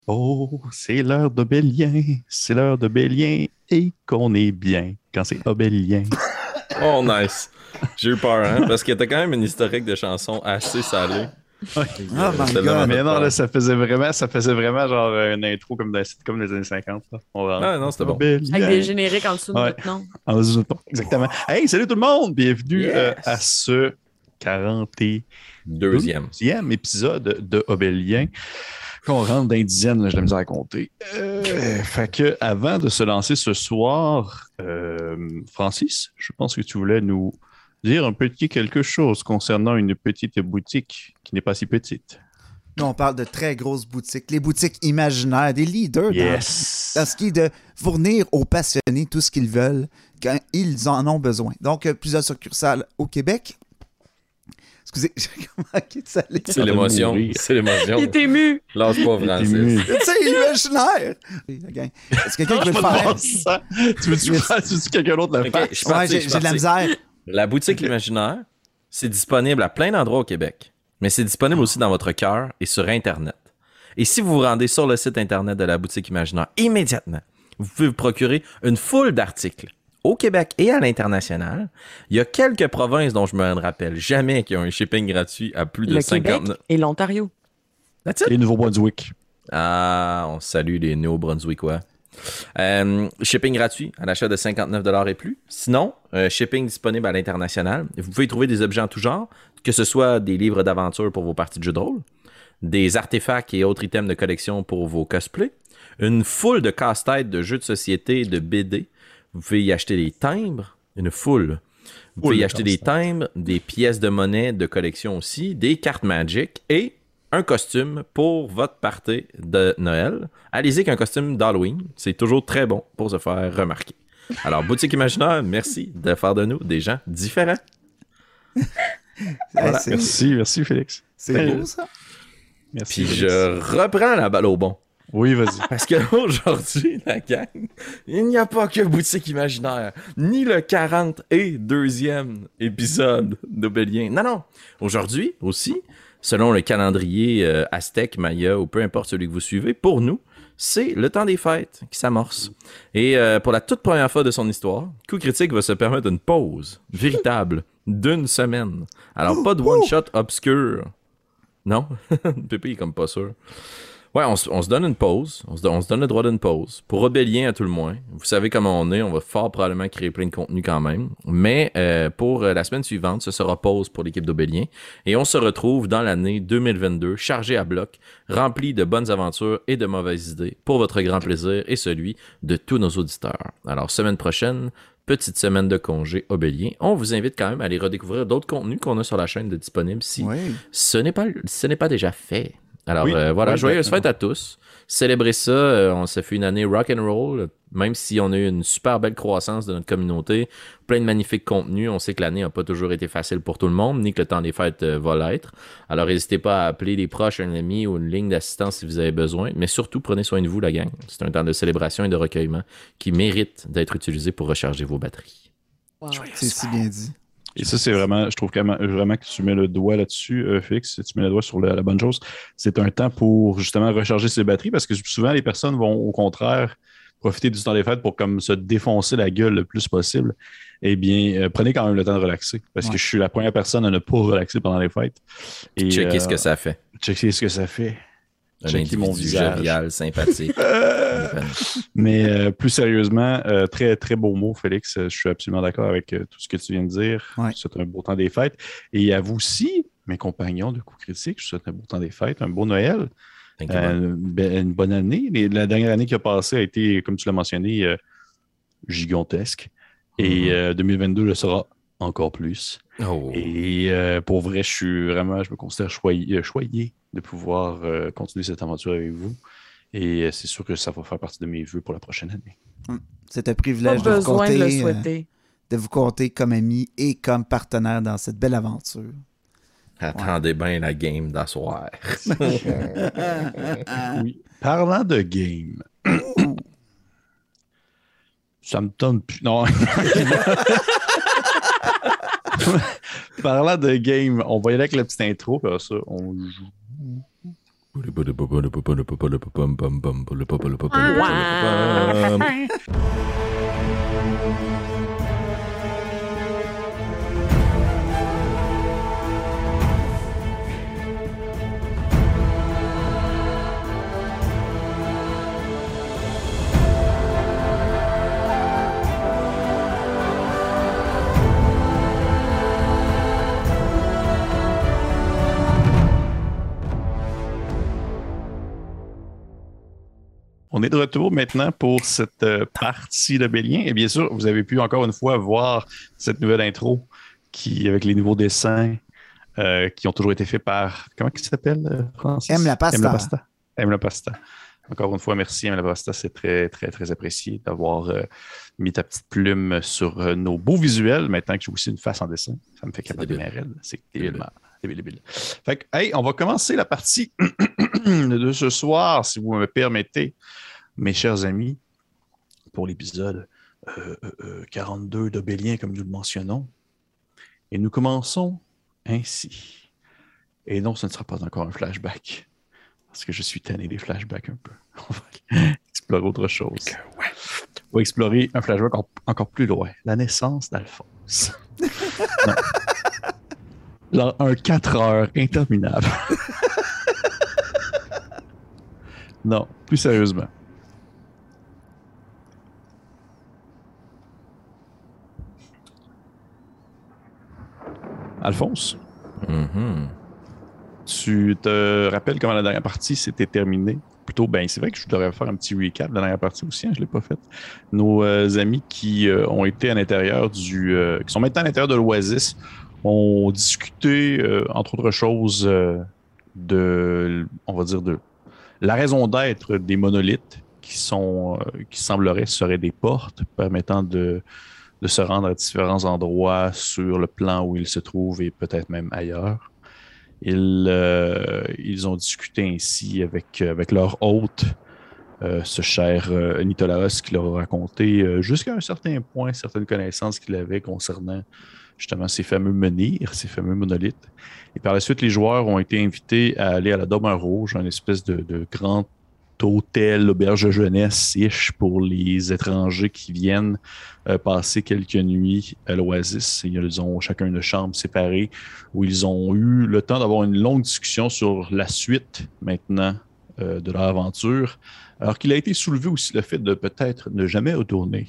Oh, c'est l'heure d'Obélien, c'est l'heure d'Obélien et qu'on est bien quand c'est Obélien. Oh, nice. J'ai eu peur, hein, parce que t'as quand même une historique de chansons assez salée. Ouais. Et Oh my celle-là m'a God. fait Mais non, là, peur. ça faisait vraiment genre une intro comme, comme les années 50. Là. On rentre. Ah non, c'était bon. Avec des Obélien. génériques en dessous de Ouais, notre nom. en dessous de ton- exactement. Hey, salut tout le monde! Bienvenue à Yes! ce 42e Deuxième. épisode de Obélien. Qu'on rentre dans les dizaines, là, j'ai la misère à compter. Fait que, avant de se lancer ce soir, Francis, je pense que tu voulais nous dire un petit quelque chose concernant une petite boutique qui n'est pas si petite. Nous, on parle de très grosses boutiques, les boutiques imaginaires, des leaders Yes! dans ce qui est de fournir aux passionnés tout ce qu'ils veulent quand ils en ont besoin. Donc, plusieurs succursales au Québec. Excusez, j'ai manqué de saler. C'est l'émotion. mourir. C'est l'émotion. Il est ému. Lâche pas, Il est ému. Francis. Tu sais, imaginaire! La gang. Est-ce que quelqu'un qui veut le faire? Ça. Tu veux-tu faire? Tu veux-tu que quelqu'un d'autre le Ok, fasse? je suis Ouais, parti, j'ai je suis de la parti. misère. La boutique L'Imaginaire, c'est disponible à plein d'endroits au Québec, mais c'est disponible aussi dans votre cœur et sur Internet. Et si vous vous rendez sur le site Internet de la boutique Imaginaire immédiatement, vous pouvez vous procurer une foule d'articles au Québec et à l'international. Il y a quelques provinces dont je me rappelle jamais qui ont un shipping gratuit à plus de Le 50... Québec et l'Ontario. That's it. Et Nouveau-Brunswick. Ah, on salue les Néo-Brunswickois. Shipping gratuit à l'achat de 59$ et plus. Sinon, shipping disponible à l'international. Vous pouvez y trouver des objets en tout genre, que ce soit des livres d'aventure pour vos parties de jeux de rôle, des artefacts et autres items de collection pour vos cosplays, une foule de casse-têtes de jeux de société et de BD. Vous pouvez y acheter des timbres, une foule. Vous pouvez y de acheter des timbres, des pièces de monnaie de collection aussi, des cartes Magic et un costume pour votre party de Noël. Allez-y qu'un costume d'Halloween, c'est toujours très bon pour se faire remarquer. Alors, Boutique Imaginaire, merci de faire de nous des gens différents. Hey, Merci Félix. c'est beau, ça. Merci. Puis Félix. je reprends la balle au bon. Oui, vas-y. Parce que aujourd'hui, la gang, il n'y a pas que Boutique Imaginaire, ni le 42e épisode d'Obélien. Non, non. Aujourd'hui aussi, selon le calendrier aztèque, maya ou peu importe celui que vous suivez, pour nous, c'est le temps des fêtes qui s'amorce. Et pour la toute première fois de son histoire, Coup Critique va se permettre une pause véritable d'une semaine. Alors, pas de one-shot obscur. Non? Pépé il est comme pas sûr. Ouais, on se donne une pause. On se donne le droit d'une pause. Pour Obélien, à tout le moins. Vous savez comment on est. On va fort probablement créer plein de contenu quand même. Mais pour la semaine suivante, ce sera pause pour l'équipe d'Obélien. Et on se retrouve dans l'année 2022, chargé à bloc, rempli de bonnes aventures et de mauvaises idées, pour votre grand plaisir et celui de tous nos auditeurs. Alors, semaine prochaine, petite semaine de congé Obélien. On vous invite quand même à aller redécouvrir d'autres contenus qu'on a sur la chaîne de disponibles si Oui. ce n'est pas déjà fait. Alors Oui, voilà, oui, joyeuses exactement. fêtes à tous. Célébrez ça, on s'est fait une année rock and roll, même si on a eu une super belle croissance de notre communauté, plein de magnifiques contenus. On sait que l'année n'a pas toujours été facile pour tout le monde, ni que le temps des fêtes va l'être. Alors n'hésitez pas à appeler les proches, un ami ou une ligne d'assistance si vous avez besoin. Mais surtout, prenez soin de vous, la gang. C'est un temps de célébration et de recueillement qui mérite d'être utilisé pour recharger vos batteries. Wow. C'est si bien dit. Et ça, c'est vraiment, je trouve vraiment que tu mets le doigt là-dessus, Félix, tu mets le doigt sur la bonne chose. C'est un temps pour justement recharger ses batteries parce que souvent, les personnes vont au contraire profiter du temps des fêtes pour comme se défoncer la gueule le plus possible. Eh bien, prenez quand même le temps de relaxer parce que Ouais. je suis la première personne à ne pas relaxer pendant les fêtes. Et Checkez ce que ça fait. checker ce que ça fait. Un Checker mon individu visage. jovial, sympathique. Mais plus sérieusement, très, très beau mot, Félix. Je suis absolument d'accord avec tout ce que tu viens de dire. Ouais. Je vous souhaite un beau temps des fêtes. Et à vous aussi, mes compagnons de Coup Critique, je vous souhaite un beau temps des fêtes, un beau Noël, Thank you, man. une bonne année. La dernière année qui a passé a été, comme tu l'as mentionné, gigantesque. Et 2022 le sera encore plus. Oh. Et pour vrai, je me considère choyé de pouvoir continuer cette aventure avec vous. Et c'est sûr que ça va faire partie de mes vœux pour la prochaine année. C'est un Pas privilège de vous, besoin de le compter, souhaiter. de vous compter comme ami et comme partenaire dans cette belle aventure. Attendez bien la game d'asseoir. Oui. Parlant de game, ça me tente plus. Non. Parlant de game, on va y aller avec la petite intro, puis après ça, on joue. On est de retour maintenant pour cette partie de Bélien. Et bien sûr, vous avez pu encore une fois voir cette nouvelle intro avec les nouveaux dessins qui ont toujours été faits par... Comment il s'appelle, Francis? M. La Pasta. M. La Pasta. Encore une fois, merci M. La Pasta. C'est très, très, très apprécié d'avoir mis ta petite plume sur nos beaux visuels. Maintenant que j'ai aussi une face en dessin, ça me fait capoter mes raides. C'est débile. Fait que, hey, on va commencer la partie de ce soir, si vous me permettez, mes chers amis, pour l'épisode 42 de Bélien, comme nous le mentionnons. Et nous commençons ainsi. Et non, ce ne sera pas encore un flashback, parce que je suis tanné des flashbacks un peu. On va explorer autre chose. On va explorer un flashback encore plus loin. La naissance d'Alphonse. Genre un 4 heures interminable. Non, plus sérieusement. Alphonse, tu te rappelles comment la dernière partie s'était terminée? Plutôt, ben c'est vrai que je devrais faire un petit recap de la dernière partie aussi, hein, je ne l'ai pas fait. Nos amis qui ont été à l'intérieur qui sont maintenant à l'intérieur de l'Oasis ont discuté, entre autres choses, on va dire, de la raison d'être des monolithes qui sembleraient seraient des portes permettant de se rendre à différents endroits sur le plan où ils se trouvent et peut-être même ailleurs. Ils ont discuté ainsi avec leur hôte, ce cher Nitolaos, qui leur a raconté jusqu'à un certain point certaines connaissances qu'il avait concernant justement ces fameux menhirs, ces fameux monolithes. Et par la suite, les joueurs ont été invités à aller à la Demeure Rouge, une espèce de grand hôtel, auberge de jeunesse-ish pour les étrangers qui viennent passer quelques nuits à l'Oasis. Ils ont chacun une chambre séparée où ils ont eu le temps d'avoir une longue discussion sur la suite maintenant de leur aventure. Alors qu'il a été soulevé aussi le fait de peut-être ne jamais retourner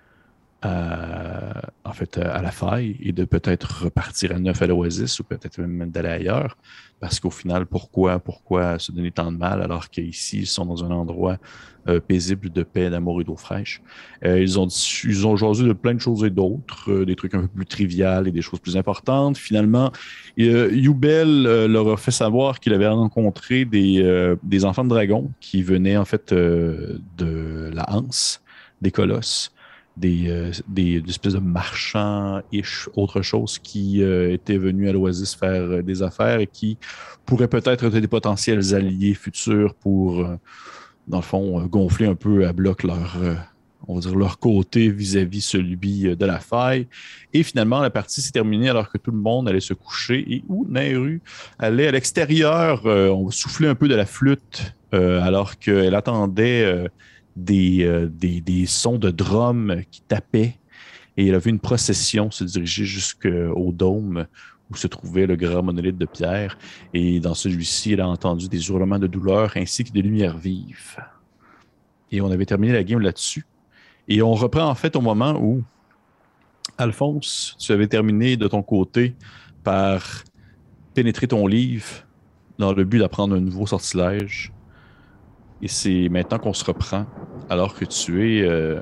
à la faille et de peut-être repartir à neuf à l'Oasis ou peut-être même d'aller ailleurs. Parce qu'au final, pourquoi se donner tant de mal alors qu'ici, ils sont dans un endroit paisible de paix, d'amour et d'eau fraîche. Ils ont jasé de plein de choses et d'autres, des trucs un peu plus triviales et des choses plus importantes. Finalement, Yubel leur a fait savoir qu'il avait rencontré des enfants de dragons qui venaient en fait de la Hanse, des colosses. Des espèces de marchands-ish, autre chose qui étaient venus à l'Oasis faire des affaires et qui pourraient peut-être être des potentiels alliés futurs pour, dans le fond, gonfler un peu à bloc on va dire leur côté vis-à-vis celui de la faille. Et finalement, la partie s'est terminée alors que tout le monde allait se coucher et où Nehru allait à l'extérieur. On va souffler un peu de la flûte alors qu'elle attendait... des sons de drums qui tapaient et il a vu une procession se diriger jusqu'au dôme où se trouvait le grand monolithe de pierre et dans celui-ci, il a entendu des hurlements de douleur ainsi que des lumières vives. Et on avait terminé la game là-dessus. Et on reprend en fait au moment où Alphonse, tu avais terminé de ton côté par pénétrer ton livre dans le but d'apprendre un nouveau sortilège. Et c'est maintenant qu'on se reprend, alors que tu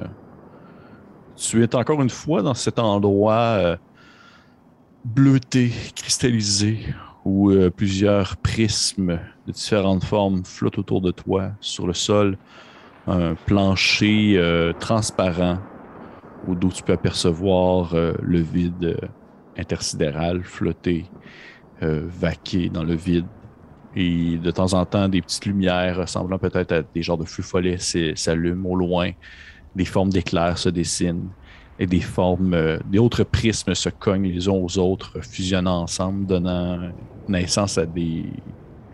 es encore une fois dans cet endroit bleuté, cristallisé, où plusieurs prismes de différentes formes flottent autour de toi sur le sol. Un plancher transparent, d'où tu peux apercevoir le vide intersidéral flotter, vaquer dans le vide. Et de temps en temps, des petites lumières ressemblant peut-être à des genres de feux follets s'allument au loin. Des formes d'éclairs se dessinent. Et des autres prismes se cognent les uns aux autres, fusionnant ensemble, donnant naissance à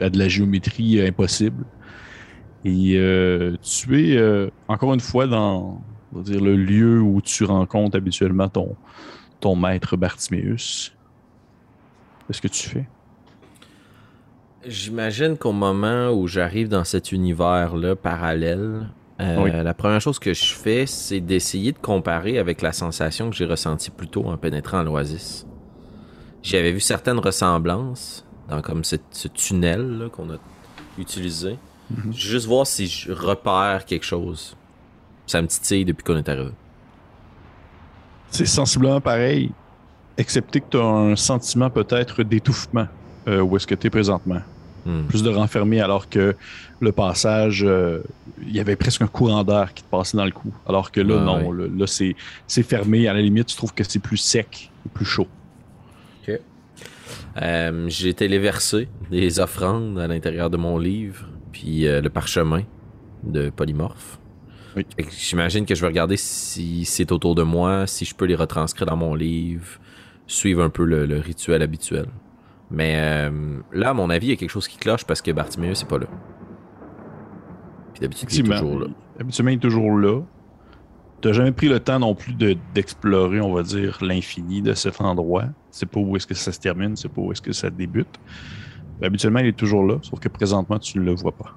à de la géométrie impossible. Et tu es encore une fois dans, on va dire, le lieu où tu rencontres habituellement ton maître Bartiméus. Qu'est-ce que tu fais? J'imagine qu'au moment où j'arrive dans cet univers-là parallèle, la première chose que je fais, c'est d'essayer de comparer avec la sensation que j'ai ressentie plus tôt en pénétrant à l'Oasis. J'avais vu certaines ressemblances dans comme ce tunnel là, qu'on a utilisé. Juste voir si je repère quelque chose. Ça me titille depuis qu'on est arrivé. C'est sensiblement pareil, excepté que tu as un sentiment peut-être d'étouffement où est-ce que tu es présentement. Plus de renfermé, alors que le passage, il y avait presque un courant d'air qui te passait dans le cou. Alors que là, non, ouais. Là c'est fermé. À la limite, tu trouves que c'est plus sec et plus chaud. OK. J'ai téléversé des offrandes à l'intérieur de mon livre, puis le parchemin de polymorphe. Oui. J'imagine que je vais regarder si c'est autour de moi, si je peux les retranscrire dans mon livre, suivre un peu le rituel habituel. Mais là, à mon avis, il y a quelque chose qui cloche parce que Bartiméus n'est pas là. Puis d'habitude, il est toujours là. Habituellement, il est toujours là. Tu n'as jamais pris le temps non plus d'explorer, on va dire, l'infini de cet endroit. C'est pas où est-ce que ça se termine, c'est pas où est-ce que ça débute. Mais habituellement, il est toujours là, sauf que présentement, tu ne le vois pas.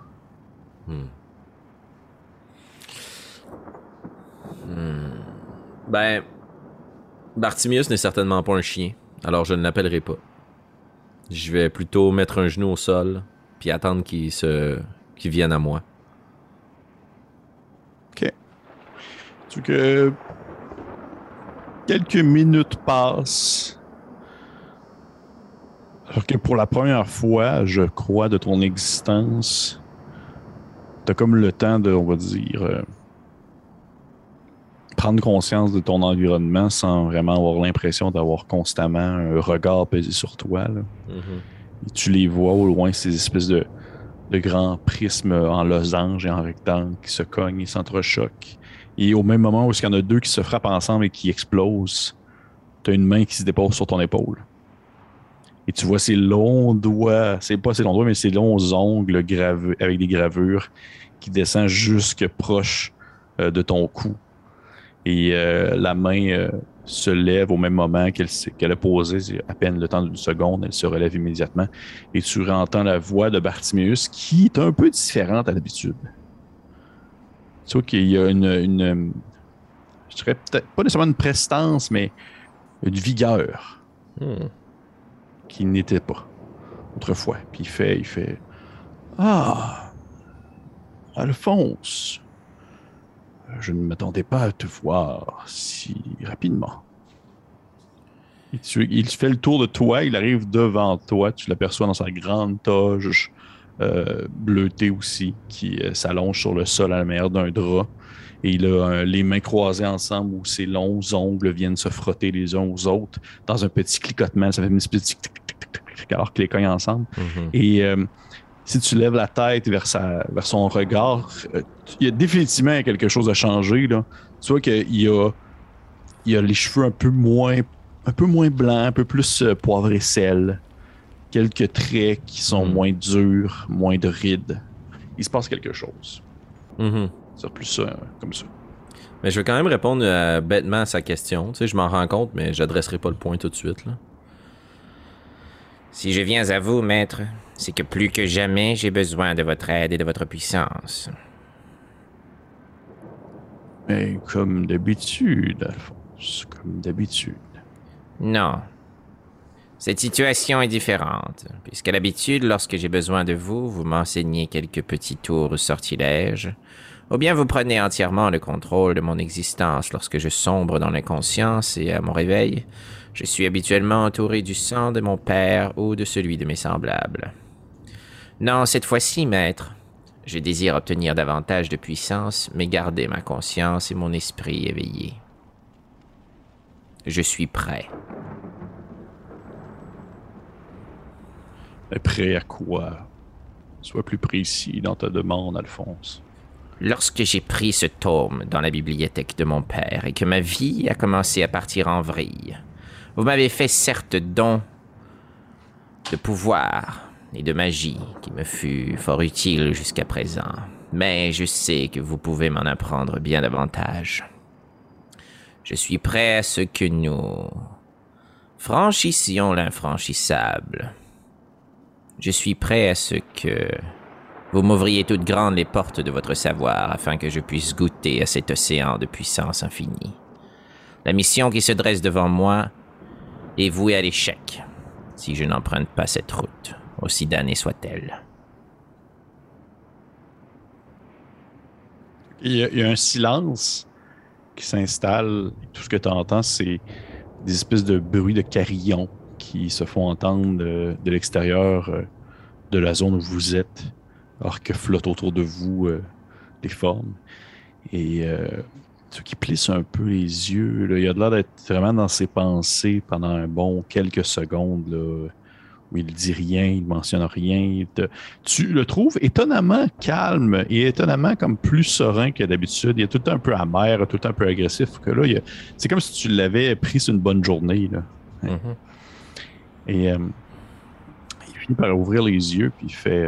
Ben, Bartiméus n'est certainement pas un chien, alors je ne l'appellerai pas. Je vais plutôt mettre un genou au sol puis attendre qu'il vienne à moi. OK. Tu veux que quelques minutes passent. Alors que pour la première fois, je crois, de ton existence, t'as comme le temps de, on va dire, prendre conscience de ton environnement sans vraiment avoir l'impression d'avoir constamment un regard pesé sur toi. Là. Et tu les vois au loin, ces espèces de grands prismes en losange et en rectangle qui se cognent et s'entrechoquent. Et au même moment où il y en a deux qui se frappent ensemble et qui explosent, tu as une main qui se dépose sur ton épaule. Et tu vois ces longs doigts, c'est pas ces longs doigts, mais ces longs ongles avec des gravures qui descendent jusque proche de ton cou. Et la main se lève au même moment qu'elle a posé, c'est à peine le temps d'une seconde, elle se relève immédiatement. Et tu entends la voix de Bartiméus qui est un peu différente à l'habitude. Tu vois qu'il y a une je dirais peut-être pas nécessairement une prestance, mais une vigueur qui n'était pas autrefois. Puis il fait Ah, Alphonse, je ne m'attendais pas à te voir si rapidement. Il fait le tour de toi, il arrive devant toi, tu l'aperçois dans sa grande toge bleutée aussi, qui s'allonge sur le sol à la manière d'un drap. Et il a les mains croisées ensemble où ses longs ongles viennent se frotter les uns aux autres dans un petit clicotement. Ça fait une espèce de tic-tic-tic-tic-tic alors que les cognent ensemble. Et si tu lèves la tête vers son regard, il y a définitivement quelque chose à changer. Là. Tu vois qu'il y a les cheveux un peu moins blancs, un peu plus poivre et sel. Quelques traits qui sont moins durs, moins de rides. Il se passe quelque chose. C'est plus ça, comme ça. Mais je vais quand même répondre bêtement à sa question. Tu sais, je m'en rends compte, mais j'adresserai pas le point tout de suite. Là. Si je viens à vous, maître, c'est que plus que jamais, j'ai besoin de votre aide et de votre puissance. Mais comme d'habitude, Alphonse, comme d'habitude. Non. Cette situation est différente, puisqu'à l'habitude, lorsque j'ai besoin de vous, vous m'enseignez quelques petits tours ou sortilèges, ou bien vous prenez entièrement le contrôle de mon existence lorsque je sombre dans l'inconscience et à mon réveil, je suis habituellement entouré du sang de mon père ou de celui de mes semblables. Non, cette fois-ci, maître, je désire obtenir davantage de puissance, mais garder ma conscience et mon esprit éveillés. Je suis prêt. Mais prêt à quoi? Sois plus précis dans ta demande, Alphonse. Lorsque j'ai pris ce tome dans la bibliothèque de mon père et que ma vie a commencé à partir en vrille, vous m'avez fait certes don de pouvoir, et de magie qui me fut fort utile jusqu'à présent. Mais je sais que vous pouvez m'en apprendre bien davantage. Je suis prêt à ce que nous franchissions l'infranchissable. Je suis prêt à ce que vous m'ouvriez toutes grandes les portes de votre savoir afin que je puisse goûter à cet océan de puissance infinie. La mission qui se dresse devant moi est vouée à l'échec, si je n'emprunte pas cette route, aussi damnée soit-elle. Il y a un silence qui s'installe. Tout ce que tu entends, c'est des espèces de bruits de carillons qui se font entendre de l'extérieur de la zone où vous êtes, alors que flottent autour de vous des formes. Et ce qui plisse un peu les yeux, là, il a l'air d'être vraiment dans ses pensées pendant un bon quelques secondes, là, où il ne dit rien, il ne mentionne rien. Tu le trouves étonnamment calme et étonnamment comme plus serein que d'habitude. Il est tout le temps un peu amer, tout le temps un peu agressif. Que là, c'est comme si tu l'avais pris sur une bonne journée. Là. Mhm. Et il finit par ouvrir les yeux, puis il fait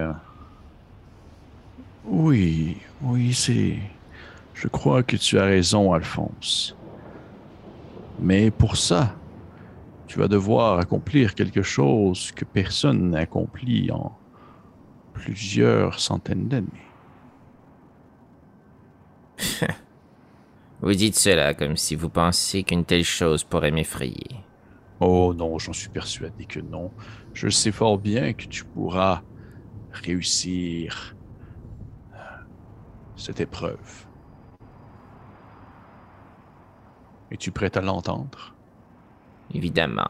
oui, c'est... Je crois que tu as raison, Alphonse. Mais pour ça, tu vas devoir accomplir quelque chose que personne n'a accompli en plusieurs centaines d'années. Vous dites cela comme si vous pensiez qu'une telle chose pourrait m'effrayer. Oh non, j'en suis persuadé que non. Je sais fort bien que tu pourras réussir cette épreuve. Es-tu prêt à l'entendre? Évidemment.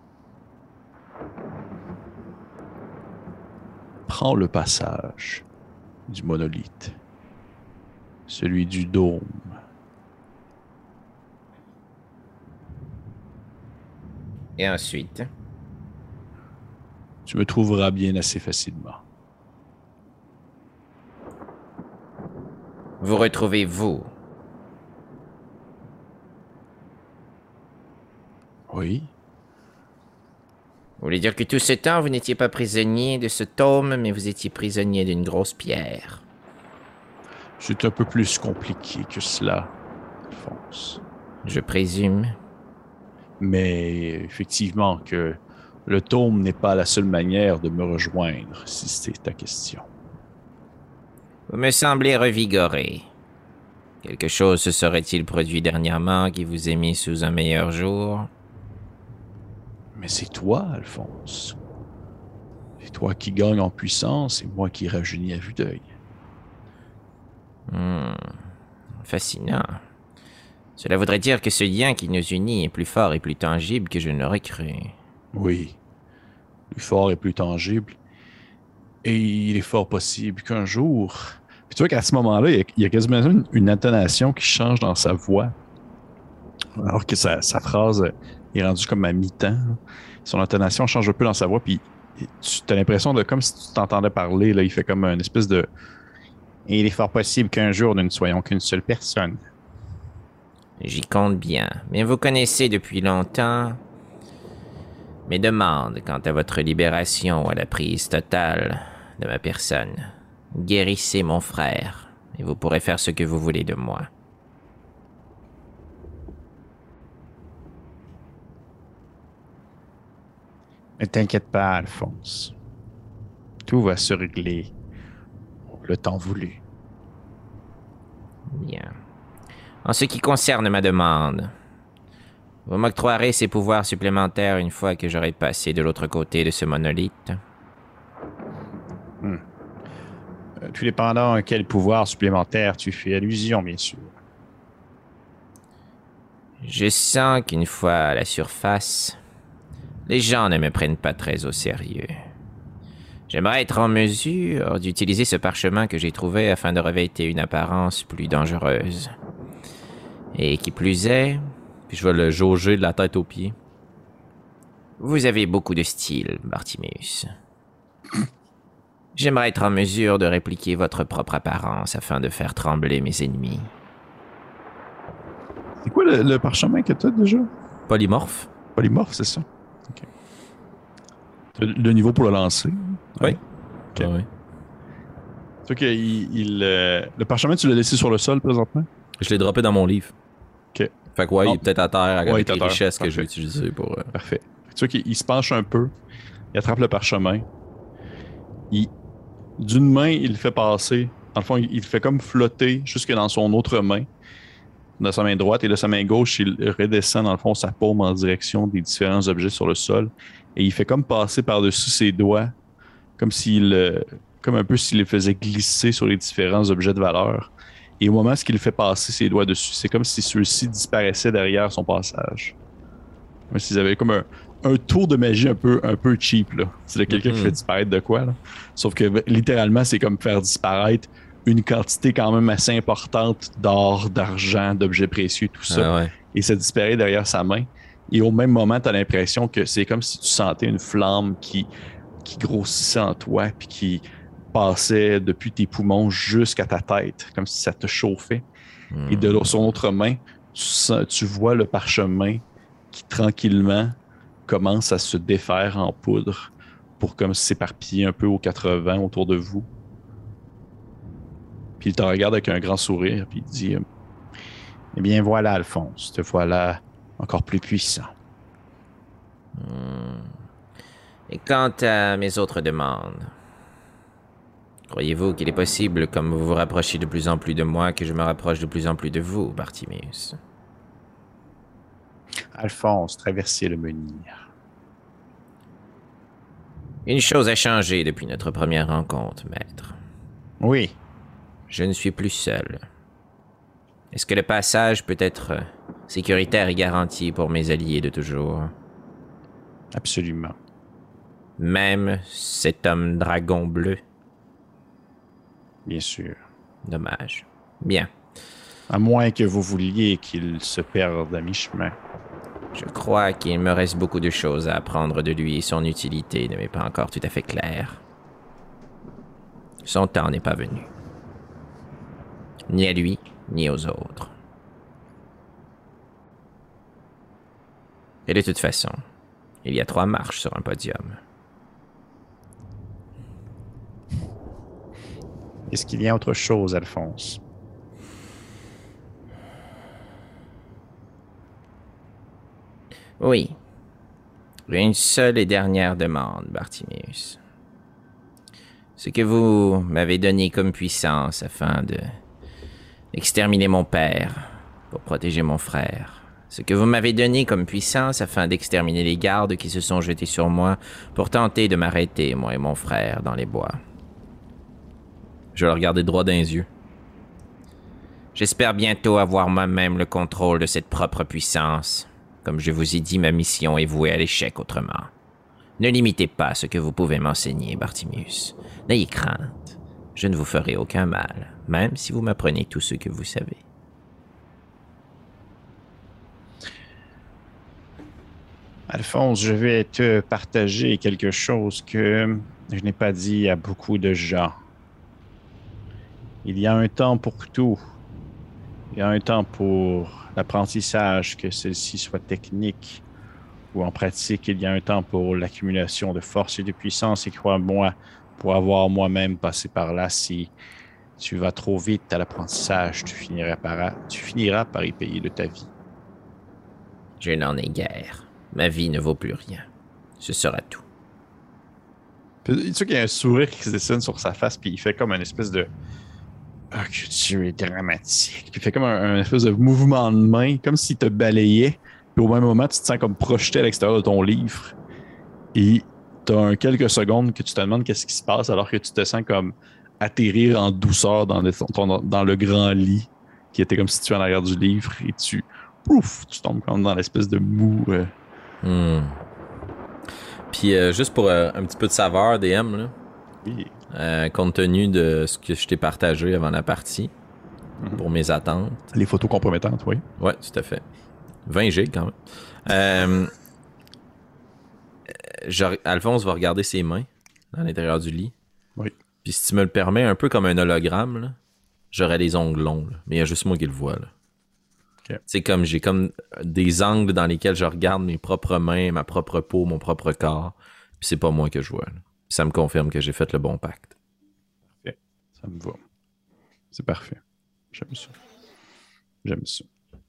Prends le passage du monolithe, celui du dôme. Et ensuite? Tu me trouveras bien assez facilement. Vous retrouvez-vous? Oui. Vous voulez dire que tout ce temps, vous n'étiez pas prisonnier de ce tome, mais vous étiez prisonnier d'une grosse pierre. C'est un peu plus compliqué que cela, Alphonse. Je présume. Mais effectivement que le tome n'est pas la seule manière de me rejoindre, si c'est ta question. Vous me semblez revigoré. Quelque chose se serait-il produit dernièrement qui vous ait mis sous un meilleur jour? Mais c'est toi, Alphonse. C'est toi qui gagne en puissance et moi qui rajeunis à vue d'œil. Fascinant. Cela voudrait dire que ce lien qui nous unit est plus fort et plus tangible que je ne l'aurais cru. Oui, plus fort et plus tangible. Et il est fort possible qu'un jour... Puis tu vois qu'à ce moment-là, il y a quasiment une intonation qui change dans sa voix. Alors que sa phrase est rendue comme à mi-temps. Là. Son intonation change un peu dans sa voix, puis tu as l'impression de comme si tu t'entendais parler. Là, il fait comme une espèce de... Et il est fort possible qu'un jour, nous ne soyons qu'une seule personne. J'y compte bien, mais vous connaissez depuis longtemps mes demandes quant à votre libération ou à la prise totale de ma personne. Guérissez mon frère, et vous pourrez faire ce que vous voulez de moi. Ne t'inquiète pas, Alphonse. Tout va se régler le temps voulu. Bien. En ce qui concerne ma demande, vous m'octroierez ces pouvoirs supplémentaires une fois que j'aurai passé de l'autre côté de ce monolithe? Tout dépendant à quel pouvoir supplémentaire tu fais allusion, bien sûr. Je sens qu'une fois à la surface, les gens ne me prennent pas très au sérieux. J'aimerais être en mesure d'utiliser ce parchemin que j'ai trouvé afin de revêtir une apparence plus dangereuse. Et qui plus est, Puis je vais le jauger de la tête aux pieds. vous avez beaucoup de style, Bartiméus. J'aimerais être en mesure de répliquer votre propre apparence afin de faire trembler mes ennemis. C'est quoi le parchemin que tu as déjà? Polymorphe. Polymorphe, c'est ça? OK. Le niveau pour le lancer. Oui. Ok. Oui. Tu vois que le parchemin, tu l'as laissé sur le sol présentement? Je l'ai droppé dans mon livre. Ok. Fait que ouais, Non. il est peut-être à terre avec Ouais, il est à les terre. richesses que Parfait. j'ai utilisées pour... Parfait. Tu vois qu'il se penche un peu, il attrape le parchemin, d'une main, il le fait passer. Dans le fond, il le fait comme flotter jusque dans son autre main, dans sa main droite, et de sa main gauche, il redescend, dans le fond, sa paume en direction des différents objets sur le sol. Et il fait comme passer par-dessus ses doigts, comme comme un peu s'il les faisait glisser sur les différents objets de valeur. Et au moment où il fait passer ses doigts dessus, c'est comme si ceux-ci disparaissaient derrière son passage. Comme s'ils avaient comme un tour de magie un peu cheap, là. C'est de quelqu'un qui fait disparaître de quoi, là. Sauf que littéralement, c'est comme faire disparaître une quantité quand même assez importante d'or, d'argent, d'objets précieux, tout ça. Ah ouais. Et ça disparaît derrière sa main. Et au même moment, tu as l'impression que c'est comme si tu sentais une flamme qui grossissait en toi, puis qui passait depuis tes poumons jusqu'à ta tête, comme si ça te chauffait. Et de son autre main, tu vois le parchemin qui tranquillement commence à se défaire en poudre pour comme s'éparpiller un peu aux 80 autour de vous. Puis il te regarde avec un grand sourire, puis il dit Eh bien voilà, Alphonse, te voilà encore plus puissant. Et quant à mes autres demandes, croyez-vous qu'il est possible, comme vous vous rapprochez de plus en plus de moi, que je me rapproche de plus en plus de vous, Bartiméus? Alphonse, traversez le menhir. Une chose a changé depuis notre première rencontre, maître. Oui. Je ne suis plus seul. Est-ce que le passage peut être sécuritaire et garanti pour mes alliés de toujours? Absolument. Même cet homme dragon bleu? Bien sûr. Dommage. Bien. À moins que vous vouliez qu'il se perde à mi-chemin. Je crois qu'il me reste beaucoup de choses à apprendre de lui et son utilité ne m'est pas encore tout à fait claire. Son temps n'est pas venu. Ni à lui, ni aux autres. Et de toute façon, il y a 3 marches sur un podium. Est-ce qu'il y a autre chose, Alphonse? Oui. Une seule et dernière demande, Bartiméus. Ce que vous m'avez donné comme puissance afin d'exterminer mon père pour protéger mon frère. Ce que vous m'avez donné comme puissance afin d'exterminer les gardes qui se sont jetés sur moi pour tenter de m'arrêter, moi et mon frère, dans les bois. Je le regardais droit dans les yeux. J'espère bientôt avoir moi-même le contrôle de cette propre puissance. Comme je vous ai dit, ma mission est vouée à l'échec autrement. Ne limitez pas ce que vous pouvez m'enseigner, Bartiméus. N'ayez crainte. Je ne vous ferai aucun mal, même si vous m'apprenez tout ce que vous savez. Alphonse, je vais te partager quelque chose que je n'ai pas dit à beaucoup de gens. Il y a un temps pour tout. Il y a un temps pour l'apprentissage, que celle-ci soit technique ou en pratique. Il y a un temps pour l'accumulation de force et de puissance. Et crois-moi, pour avoir moi-même passé par là, si tu vas trop vite à l'apprentissage, tu finiras par y payer de ta vie. Je n'en ai guère. Ma vie ne vaut plus rien. Ce sera tout. Tu sais qu'il y a un sourire qui se dessine sur sa face, puis il fait comme une espèce de Ah, que tu es dramatique. Puis il fait comme un espèce de mouvement de main, comme s'il te balayait. Puis au même moment, tu te sens comme projeté à l'extérieur de ton livre. Et tu as quelques secondes que tu te demandes qu'est-ce qui se passe, alors que tu te sens comme atterrir en douceur dans le grand lit qui était comme situé en arrière du livre. Et tu tombes comme dans l'espèce de mou. Puis juste pour un petit peu de saveur, DM, là. Oui. Compte tenu de ce que je t'ai partagé avant la partie, pour mes attentes. Les photos compromettantes, oui. Ouais, tout à fait. 20 G quand même. Alphonse va regarder ses mains à l'intérieur du lit. Oui. Puis si tu me le permets, un peu comme un hologramme, là, j'aurais les ongles longs, là. Mais il y a juste moi qui le vois. Là. Okay. C'est comme j'ai comme des angles dans lesquels je regarde mes propres mains, ma propre peau, mon propre corps. Puis c'est pas moi que je vois. Là. Ça me confirme que j'ai fait le bon pacte. Parfait. Ça me va. C'est parfait. J'aime ça. J'aime ça.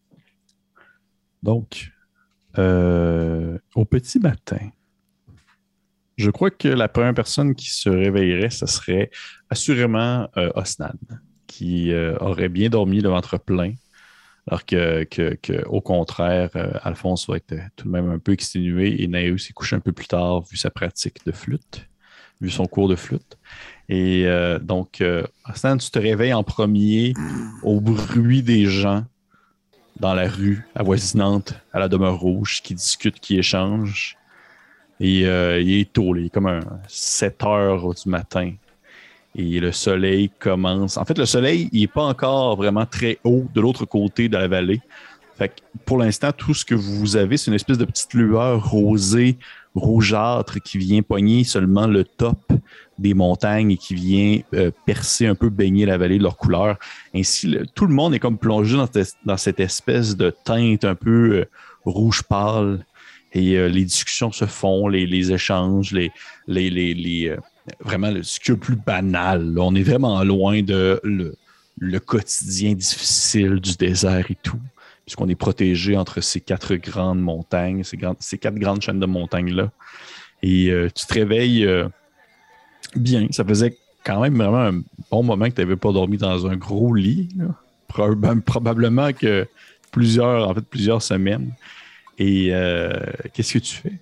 Donc, au petit matin, je crois que la première personne qui se réveillerait, ce serait assurément Osnan, qui aurait bien dormi le ventre plein, alors au contraire, Alphonse va être tout de même un peu exténué et Naïu s'est couché un peu plus tard vu sa pratique de flûte, vu son cours de flûte. Et donc, Osnan, tu te réveilles en premier au bruit des gens dans la rue avoisinante à la demeure rouge qui discutent, qui échangent. Et il est tôt, il est comme 7 heures du matin. Et le soleil commence. En fait, le soleil, il n'est pas encore vraiment très haut de l'autre côté de la vallée. Fait que pour l'instant, tout ce que vous avez, c'est une espèce de petite lueur rosée, rougeâtre qui vient pogner seulement le top des montagnes et qui vient percer un peu, baigner la vallée de leur couleur. Ainsi, tout le monde est comme plongé dans cette espèce de teinte un peu rouge pâle. Et les discussions se font, les échanges, vraiment ce qui est le plus banal. Là. On est vraiment loin de le quotidien difficile du désert et tout, puisqu'on est protégé entre ces 4 grandes montagnes, ces 4 grandes chaînes de montagnes-là. Et tu te réveilles bien. Ça faisait quand même vraiment un bon moment que tu n'avais pas dormi dans un gros lit. Là. Probablement que plusieurs semaines. Et qu'est-ce que tu fais?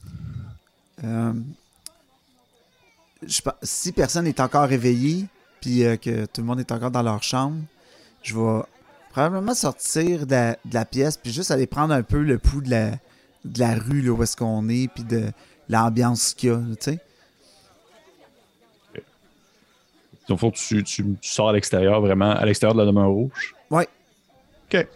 Si personne n'est encore réveillé, puis que tout le monde est encore dans leur chambre, je vais probablement sortir de la pièce, puis juste aller prendre un peu le pouls de la rue là, où est-ce qu'on est, puis de l'ambiance qu'il y a, tu sais. Au fond, tu sors à l'extérieur, vraiment, à l'extérieur de la demeure rouge? Oui. OK.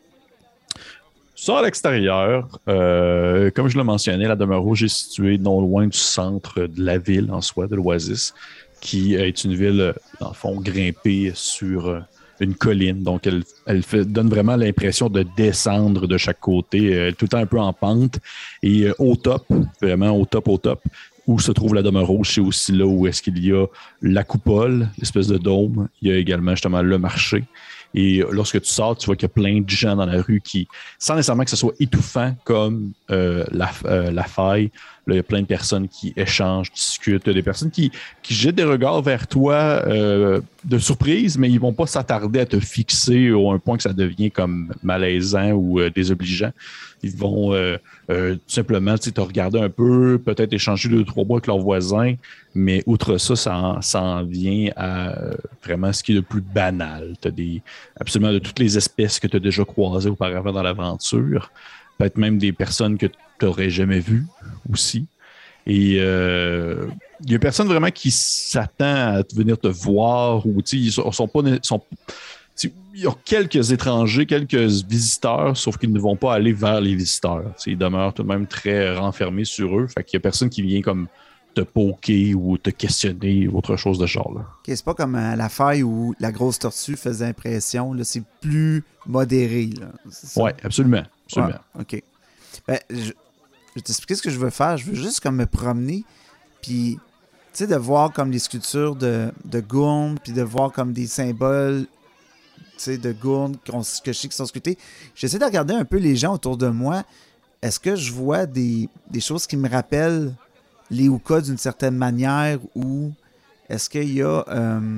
Tu sors à l'extérieur. Comme je l'ai mentionné, la demeure rouge est située non loin du centre de la ville en soi, de l'Oasis, qui est une ville, dans le fond, grimpée sur une colline. Donc, elle donne vraiment l'impression de descendre de chaque côté, tout le temps un peu en pente. Et au top, vraiment au top, où se trouve la demeure rouge, c'est aussi là où est-ce qu'il y a la coupole, l'espèce de dôme. Il y a également justement le marché. Et lorsque tu sors, tu vois qu'il y a plein de gens dans la rue qui, sans nécessairement que ce soit étouffant comme la faille, là, il y a plein de personnes qui échangent, discutent, des personnes qui jettent des regards vers toi de surprise, mais ils vont pas s'attarder à te fixer au un point que ça devient comme malaisant ou désobligeant. Ils vont tout simplement te regarder un peu, peut-être échanger 2-3 mots avec leurs voisins, mais outre ça, ça en vient à vraiment ce qui est le plus banal. Tu as absolument de toutes les espèces que tu as déjà croisées auparavant dans l'aventure, peut-être même des personnes que tu n'aurais jamais vues aussi. Et il y a personne vraiment qui s'attend à venir te voir ou ils sont pas... Il y a quelques étrangers, quelques visiteurs, sauf qu'ils ne vont pas aller vers les visiteurs. Ils demeurent tout de même très renfermés sur eux. Fait qu'il n'y a personne qui vient comme te poker ou te questionner ou autre chose de ce genre. Là. Okay, c'est pas comme la faille où la grosse tortue faisait impression. Là, c'est plus modéré. Oui, absolument. Ouais, OK. Ben, je vais t'expliquer ce que je veux faire. Je veux juste comme me promener, puis tu sais, de voir comme les sculptures de Gourne, puis de voir comme des symboles de Gourne que je sais qui sont sculptés. J'essaie de regarder un peu les gens autour de moi. Est-ce que je vois des choses qui me rappellent les Uka d'une certaine manière, ou est-ce qu'il y a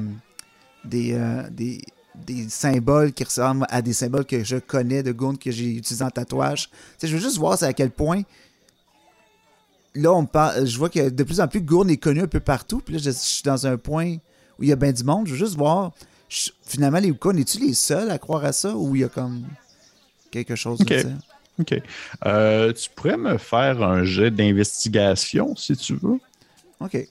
des symboles qui ressemblent à des symboles que je connais de Gourne que j'ai utilisés en tatouage? Je veux juste voir à quel point là, je vois que de plus en plus Gourne est connu un peu partout. Puis là, je suis dans un point où il y a bien du monde. Je veux juste voir. Finalement, les Uka, es-tu les seuls à croire à ça, ou il y a comme quelque chose de ça? OK. Tu pourrais me faire un jet d'investigation, si tu veux. OK.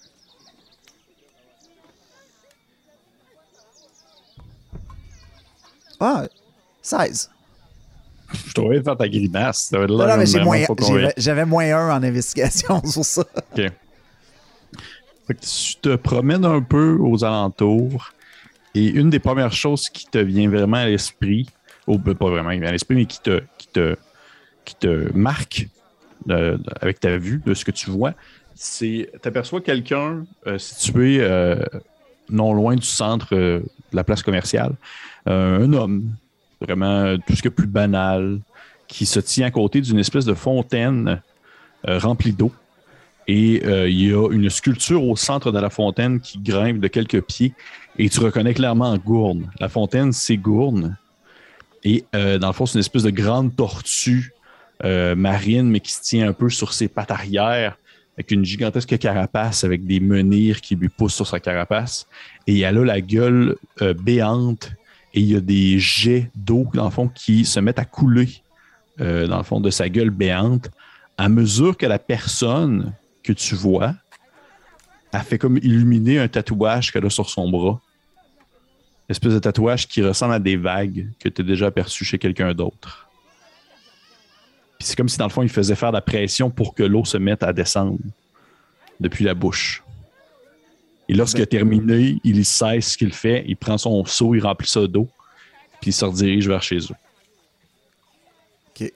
Ah, 16. Je t'aurais faire ta grimace. Ça va être non, là, mais j'avais moins 1 en investigation sur ça. OK. Fait que tu te promènes un peu aux alentours et une des premières choses qui te vient vraiment à l'esprit, ou pas vraiment à l'esprit, mais qui te marque avec ta vue de ce que tu vois, T'aperçois quelqu'un situé non loin du centre de la place commerciale. Un homme, vraiment tout ce qui est plus banal, qui se tient à côté d'une espèce de fontaine remplie d'eau. Et il y a une sculpture au centre de la fontaine qui grimpe de quelques pieds. Et tu reconnais clairement Gourne. La fontaine, c'est Gourne. Et dans le fond, c'est une espèce de grande tortue marine, mais qui se tient un peu sur ses pattes arrière, avec une gigantesque carapace, avec des menhirs qui lui poussent sur sa carapace. Et elle a la gueule béante, et il y a des jets d'eau, dans le fond, qui se mettent à couler, dans le fond, de sa gueule béante, à mesure que la personne que tu vois a fait comme illuminer un tatouage qu'elle a sur son bras. Une espèce de tatouage qui ressemble à des vagues que tu as déjà aperçues chez quelqu'un d'autre. Puis c'est comme si, dans le fond, il faisait faire la pression pour que l'eau se mette à descendre depuis la bouche. Et lorsqu'il a terminé, il cesse ce qu'il fait, il prend son seau, il remplit ça d'eau, puis il se redirige vers chez eux. OK.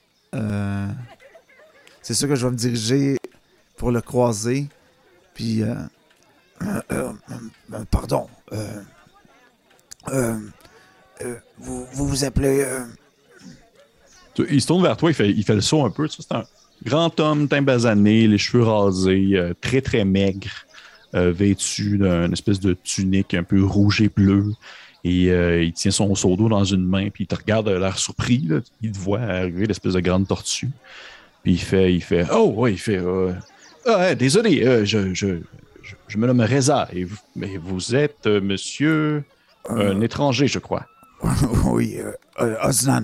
C'est sûr que je vais me diriger pour le croiser, puis... pardon. Vous vous appelez... Il se tourne vers toi, il fait le saut un peu. Tu sais, c'est un grand homme, teint basané, les cheveux rasés, très très maigre, vêtu d'une espèce de tunique un peu rouge et bleu. Et il tient son seau d'eau dans une main, puis il te regarde l'air surpris. Là. Il te voit arriver, l'espèce de grande tortue. Puis il fait oh, ouais, il fait désolé, je me nomme Reza. Mais vous êtes monsieur un étranger, je crois. Oui, Osnan.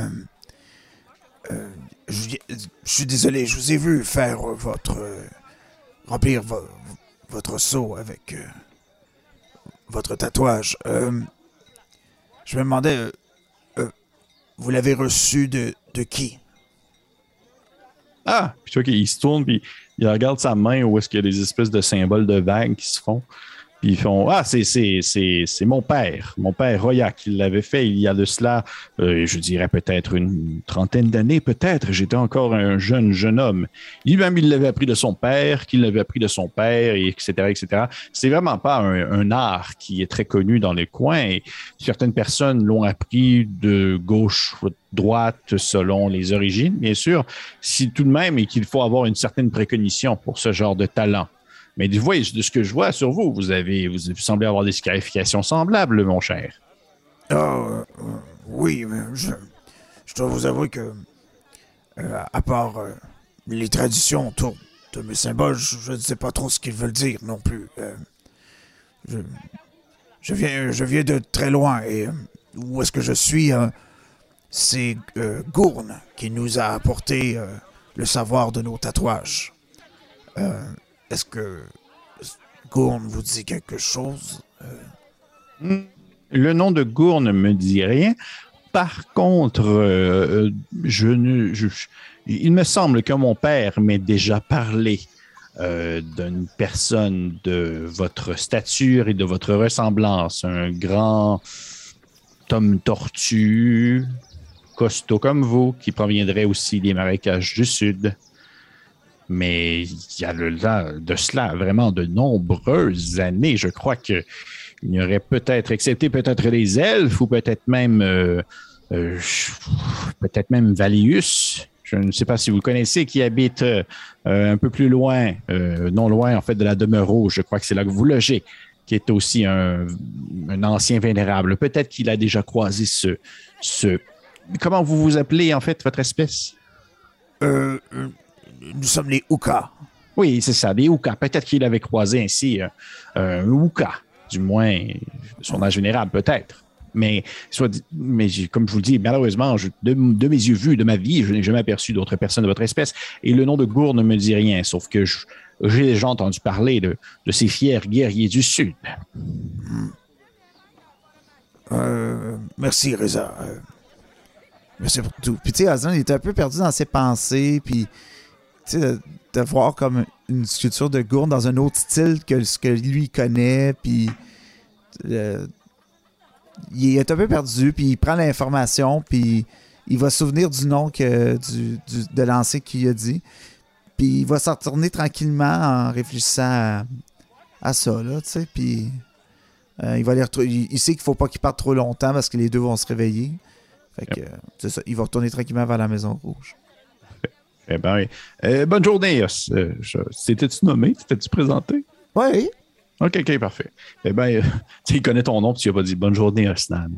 Je suis désolé, je vous ai vu faire remplir votre seau avec votre tatouage. Je me demandais, vous l'avez reçu de qui? Ah! Puis tu vois qu'il se tourne, puis il regarde sa main où est-ce qu'il y a des espèces de symboles de vagues qui se font. Puis ils font « Ah, c'est mon père Roya, qui l'avait fait il y a de cela, je dirais peut-être une trentaine d'années, peut-être. J'étais encore un jeune homme. Lui-même, il l'avait appris de son père, qu'il l'avait appris de son père, et etc., etc. C'est vraiment pas un art qui est très connu dans les coins. Et certaines personnes l'ont appris de gauche droite selon les origines, bien sûr. Si tout de même, et qu'il faut avoir une certaine précognition pour ce genre de talent. Mais de ce que je vois sur vous, vous semblez avoir des scarifications semblables, mon cher. Oui, mais je dois vous avouer que, à part les traditions autour de mes symboles, je ne sais pas trop ce qu'ils veulent dire non plus. Je viens de très loin, et où est-ce que je suis, c'est Gourne qui nous a apporté le savoir de nos tatouages. Est-ce que Gourne vous dit quelque chose? Le nom de Gourne ne me dit rien. Par contre, il me semble que mon père m'ait déjà parlé d'une personne de votre stature et de votre ressemblance. Un grand homme tortue, costaud comme vous, qui proviendrait aussi des marécages du Sud. Mais il y a de cela vraiment de nombreuses années. Je crois qu'il y aurait peut-être, excepté peut-être les elfes ou peut-être même Valius. Je ne sais pas si vous le connaissez, qui habite un peu plus loin, non loin en fait de la demeure rouge. Je crois que c'est là que vous logez, qui est aussi un ancien vénérable. Peut-être qu'il a déjà croisé ce... Comment vous vous appelez en fait, votre espèce? Nous sommes les Uka. Oui, c'est ça, des Uka. Peut-être qu'il avait croisé ainsi un Uka, du moins son âge vénérable, peut-être. Mais comme je vous le dis, malheureusement, de mes yeux vus, de ma vie, je n'ai jamais aperçu d'autres personnes de votre espèce. Et le nom de Gourne ne me dit rien, sauf que j'ai déjà entendu parler de ces fiers guerriers du Sud. Merci, Reza. Merci pour tout. Puis tu sais, Aslan, il était un peu perdu dans ses pensées, puis tu sais, de voir comme une sculpture de Gourne dans un autre style que ce que lui connaît, puis il est un peu perdu, puis il prend l'information, puis il va se souvenir du nom de l'ancien qu'il a dit. Puis il va s'en retourner tranquillement en réfléchissant à ça, là, tu sais. Puis il va il sait qu'il faut pas qu'il parte trop longtemps parce que les deux vont se réveiller. Fait que, c'est ça. Il va retourner tranquillement vers la Maison Rouge. Eh bien, bonne journée, Os. T'étais-tu nommé? T'étais-tu présenté? Oui. OK, parfait. Eh bien, il connaît ton nom, puis tu n'as pas dit bonne journée, Osnan.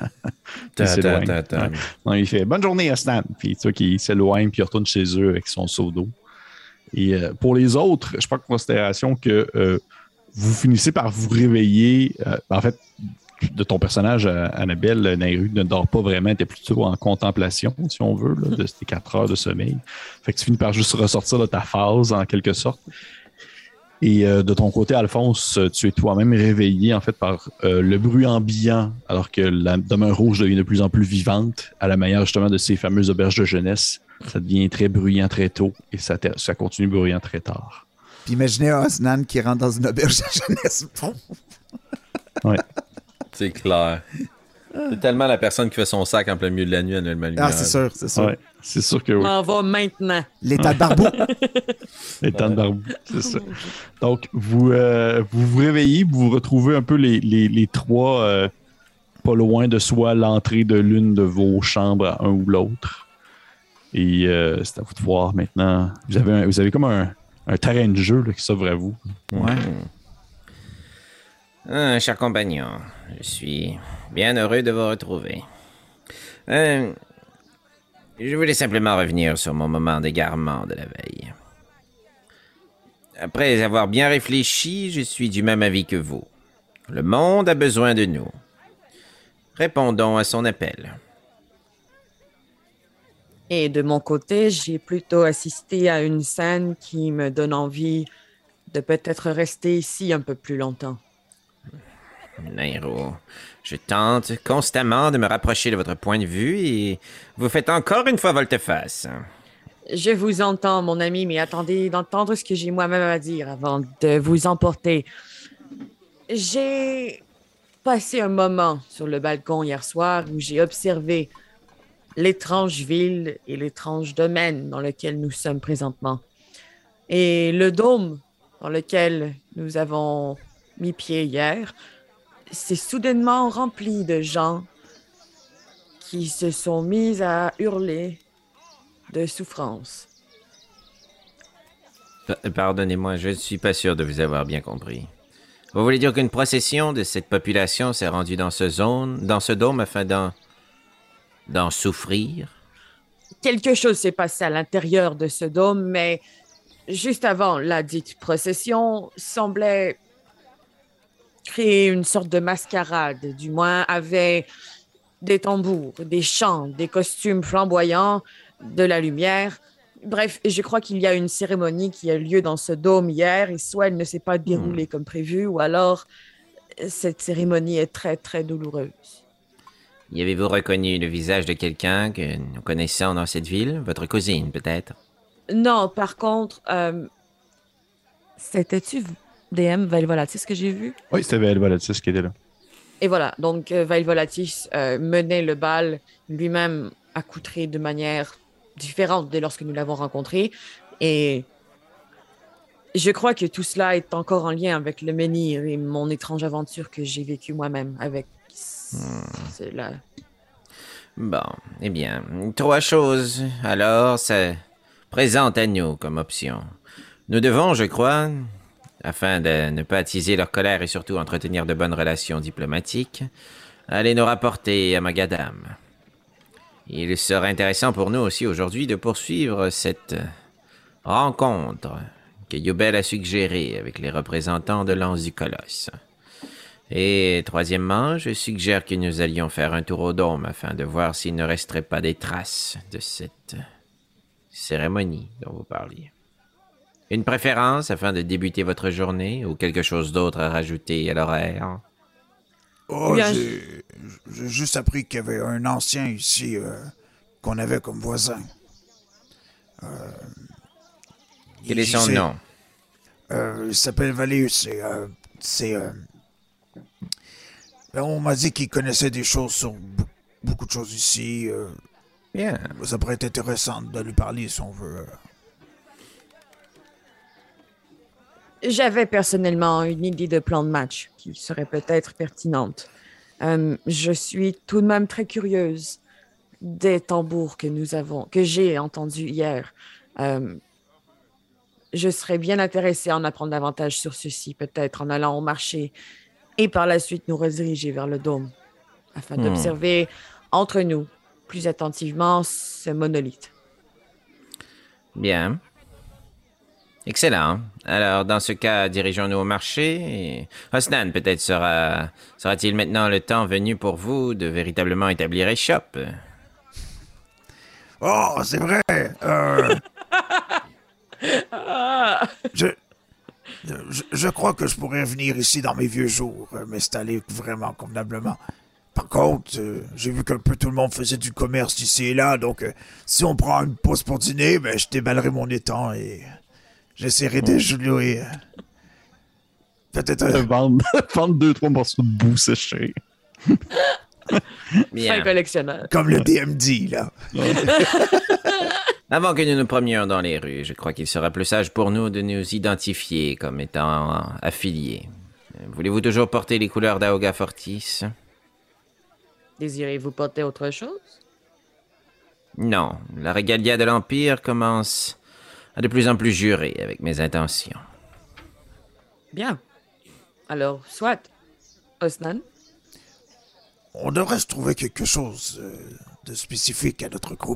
Non, il fait bonne journée, Osnan. Puis tu vois qu'il s'éloigne, puis il retourne chez eux avec son seau d'eau. Et pour les autres, je prends en considération que vous finissez par vous réveiller. En fait, de ton personnage, Annabelle, Nairu ne dort pas vraiment, elle était plutôt en contemplation, si on veut, là, de ces 4 heures de sommeil. Fait que tu finis par juste ressortir de ta phase, en quelque sorte. Et de ton côté, Alphonse, tu es toi-même réveillé, en fait, par le bruit ambiant, alors que la demeure rouge devient de plus en plus vivante, à la manière, justement, de ces fameuses auberges de jeunesse. Ça devient très bruyant très tôt, et ça continue bruyant très tard. Puis imaginez Osnan qui rentre dans une auberge de jeunesse. Ouais. C'est clair. C'est tellement la personne qui fait son sac en plein milieu de la nuit à Noël Manuel. Ah, c'est sûr. Ouais, c'est sûr que oui. On en va maintenant. L'état de barbou. L'état de barbou, c'est ça. Donc, vous réveillez, vous retrouvez un peu les trois pas loin de soi, l'entrée de l'une de vos chambres à un ou l'autre. Et c'est à vous de voir maintenant. Vous avez comme un terrain de jeu là, qui s'ouvre à vous. Ouais. Cher compagnon, je suis bien heureux de vous retrouver. Je voulais simplement revenir sur mon moment d'égarement de la veille. Après avoir bien réfléchi, je suis du même avis que vous. Le monde a besoin de nous. Répondons à son appel. Et de mon côté, j'ai plutôt assisté à une scène qui me donne envie de peut-être rester ici un peu plus longtemps. Nairo, je tente constamment de me rapprocher de votre point de vue et vous faites encore une fois volte-face. Je vous entends, mon ami, mais attendez d'entendre ce que j'ai moi-même à dire avant de vous emporter. J'ai passé un moment sur le balcon hier soir où j'ai observé l'étrange ville et l'étrange domaine dans lequel nous sommes présentement. Et le dôme dans lequel nous avons mis pied hier s'est soudainement rempli de gens qui se sont mis à hurler de souffrance. Pardonnez-moi, je ne suis pas sûr de vous avoir bien compris. Vous voulez dire qu'une procession de cette population s'est rendue dans ce dôme afin d'en souffrir? Quelque chose s'est passé à l'intérieur de ce dôme, mais juste avant, la dite procession semblait créer une sorte de mascarade, du moins avait des tambours, des chants, des costumes flamboyants, de la lumière. Bref, je crois qu'il y a une cérémonie qui a lieu dans ce dôme hier, et soit elle ne s'est pas déroulée comme prévu, ou alors cette cérémonie est très, très douloureuse. Y avez-vous reconnu le visage de quelqu'un que nous connaissons dans cette ville? Votre cousine, peut-être? Non, par contre, c'était-tu DM Vail Volatis que j'ai vu? Oui, c'était Vail Volatis qui était là. Et voilà, donc Vail Volatis menait le bal lui-même accoutré de manière différente dès lorsque nous l'avons rencontré. Et je crois que tout cela est encore en lien avec le menhir et mon étrange aventure que j'ai vécue moi-même avec cela. Bon, eh bien, 3 choses, alors, ça présente à nous comme option. Nous devons, je crois, afin de ne pas attiser leur colère et surtout entretenir de bonnes relations diplomatiques, aller nous rapporter à Magadam. Il serait intéressant pour nous aussi aujourd'hui de poursuivre cette rencontre que Yubel a suggérée avec les représentants de l'Anse du Colosse. Et troisièmement, je suggère que nous allions faire un tour au dôme afin de voir s'il ne resterait pas des traces de cette cérémonie dont vous parliez. Une préférence afin de débuter votre journée ou quelque chose d'autre à rajouter à l'horaire? Oh, Bien, j'ai juste appris qu'il y avait un ancien ici qu'on avait comme voisin. Quel est son nom? Il s'appelle Valéus. On m'a dit qu'il connaissait des choses sur beaucoup de choses ici. Bien. Ça pourrait être intéressant de lui parler si on veut. J'avais personnellement une idée de plan de match qui serait peut-être pertinente. Je suis tout de même très curieuse des tambours que j'ai entendus hier. Euh, je serais bien intéressée à en apprendre davantage sur ceci, peut-être en allant au marché et par la suite nous rediriger vers le dôme afin d'observer entre nous plus attentivement ce monolithe. Bien. Excellent. Alors, dans ce cas, dirigeons-nous au marché. Osnan, peut-être sera-t-il maintenant le temps venu pour vous de véritablement établir échoppe? Oh, c'est vrai. Je crois que je pourrais venir ici dans mes vieux jours, m'installer vraiment convenablement. Par contre, j'ai vu qu'un peu tout le monde faisait du commerce ici et là, donc si on prend une pause pour dîner, ben, je déballerai mon étang et j'essaierai de jouer. Peut-être Vendre 2-3 morceaux de boue séchés. Bien. Fin collectionneur. comme le DMD, là. Avant que nous nous promenions dans les rues, je crois qu'il sera plus sage pour nous de nous identifier comme étant affiliés. Voulez-vous toujours porter les couleurs d'Aoga Fortis? Désirez-vous porter autre chose? Non, la régalia de l'Empire commence à de plus en plus jurer avec mes intentions. Bien. Alors, soit. Osnan? On devrait se trouver quelque chose de spécifique à notre groupe.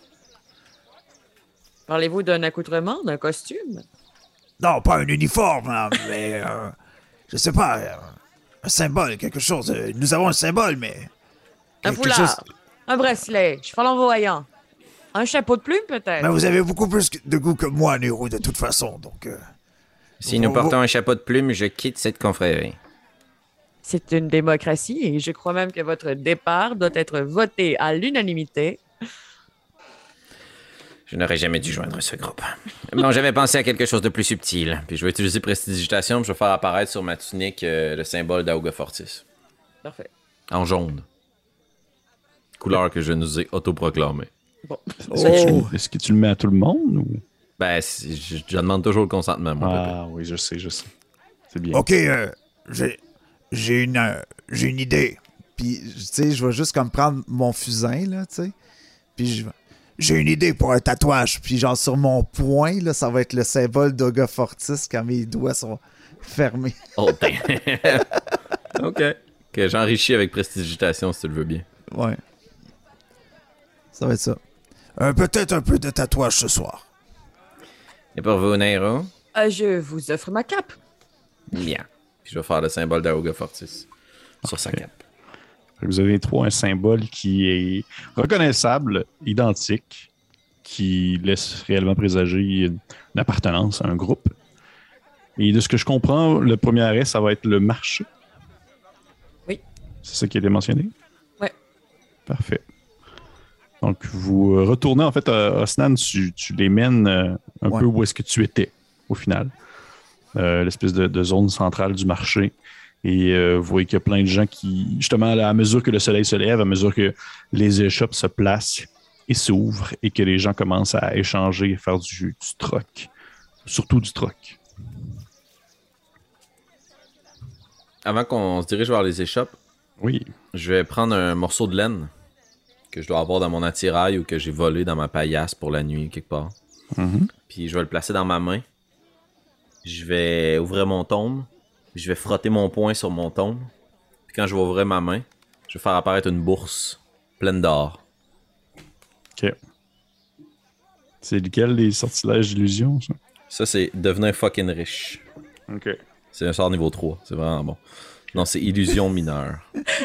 Parlez-vous d'un accoutrement, d'un costume? Non, pas un uniforme, hein, mais je sais pas, un symbole, quelque chose. Nous avons un symbole, mais Un quelque foulard, un bracelet, cheval en voyant, un chapeau de plume peut-être? Mais vous avez beaucoup plus de goût que moi, Nero, de toute façon, donc... Si nous portons un chapeau de plume, je quitte cette confrérie. C'est une démocratie et je crois même que votre départ doit être voté à l'unanimité. Je n'aurais jamais dû joindre ce groupe. Bon, j'avais pensé à quelque chose de plus subtil. Puis je vais utiliser prestidigitation, puis je vais faire apparaître sur ma tunique le symbole d'Auga Fortis. Parfait. En jaune. Couleur que je nous ai autoproclamée. Bon. Est-ce que tu le mets à tout le monde ou... Ben, je demande toujours le consentement, moi. Ah oui, je sais. C'est bien. Ok, j'ai une idée. Puis, tu sais, je vais juste comme prendre mon fusain, là, tu sais. Puis, J'ai une idée pour un tatouage. puis genre, sur mon poing, là, ça va être le symbole d'Oga Fortis quand mes doigts sont fermés. Oh, damn. OK. Que j'enrichis avec prestidigitation, si tu le veux bien. Ouais. Ça va être ça. Peut-être un peu de tatouage ce soir. Et pour vous, Nairo? Je vous offre ma cape. Bien. Puis je vais faire le symbole d'Auga Fortis sur sa cape. Vous avez un symbole qui est reconnaissable, identique, qui laisse réellement présager une appartenance à un groupe. Et de ce que je comprends, le premier arrêt, ça va être le marché. Oui. C'est ça qui a été mentionné? Ouais. Parfait. Donc, vous retournez, en fait, à Osnan, tu les mènes un peu où est-ce que tu étais, au final. L'espèce de zone centrale du marché. Et vous voyez qu'il y a plein de gens qui, justement, à mesure que le soleil se lève, à mesure que les échoppes se placent et s'ouvrent, et que les gens commencent à échanger et faire du troc. Surtout du troc. Avant qu'on se dirige vers les échoppes, Oui. je vais prendre un morceau de laine que je dois avoir dans mon attirail ou que j'ai volé dans ma paillasse pour la nuit, quelque part. Mhm. Puis je vais le placer dans ma main. Je vais ouvrir mon tome. Je vais frotter mon poing sur mon tome. Puis quand je vais ouvrir ma main, je vais faire apparaître une bourse pleine d'or. OK. C'est lequel des sortilèges d'illusion, ça? Ça, c'est devenir fucking riche. OK. C'est un sort niveau 3. C'est vraiment bon. Non, c'est illusion mineure.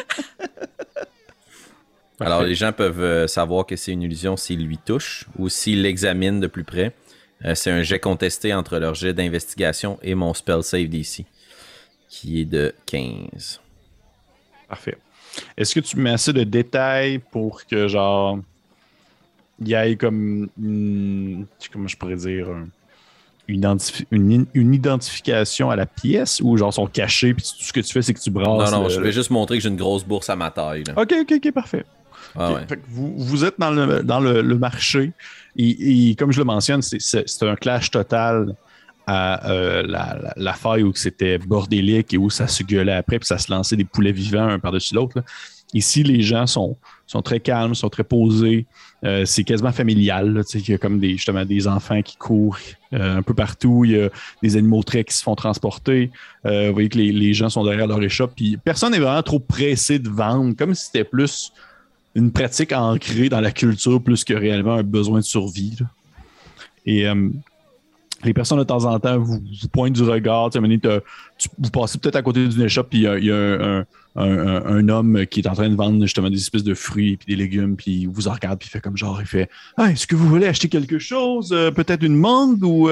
Alors, les gens peuvent savoir que c'est une illusion s'ils lui touchent ou s'ils l'examinent de plus près. C'est un jet contesté entre leur jet d'investigation et mon spell save d'ici, qui est de 15. Parfait. Est-ce que tu mets assez de détails pour que, genre, il y ait comme comment je pourrais dire, une identification à la pièce ou genre sont cachés puis tout ce que tu fais, c'est que tu brasses? Non, je vais juste montrer que j'ai une grosse bourse à ma taille. Là. OK, parfait. Ah Ok. ouais. Fait que vous êtes dans le marché et comme je le mentionne, c'est un clash total à la faille où c'était bordélique et où ça se gueulait après, puis ça se lançait des poulets vivants un par-dessus l'autre. Là. Ici, les gens sont très calmes, sont très posés. C'est quasiment familial. Là, il y a comme justement des enfants qui courent un peu partout. Il y a des animaux traits qui se font transporter. Vous voyez que les gens sont derrière leur échoppe. Puis personne n'est vraiment trop pressé de vendre, comme si c'était plus une pratique ancrée dans la culture plus que réellement un besoin de survie. Là. Et les personnes de temps en temps vous pointent du regard. Vous passez peut-être à côté d'une échoppe, puis il y a un homme qui est en train de vendre justement des espèces de fruits et des légumes, puis il vous regarde, puis il fait comme genre, il fait « Ah, est-ce que vous voulez acheter quelque chose? Peut-être une mangue ou...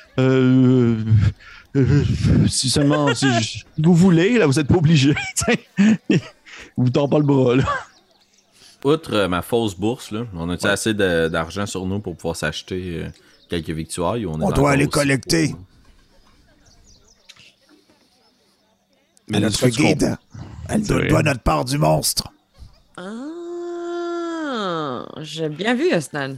si seulement si vous voulez, là, vous n'êtes pas obligé. » Vous tord pas le bras, là. Outre ma fausse bourse, là, on a-tu assez d'argent sur nous pour pouvoir s'acheter quelques victoires? On doit aller collecter. Mais notre guide, elle doit notre part du monstre. Ah, j'ai bien vu, Osnan.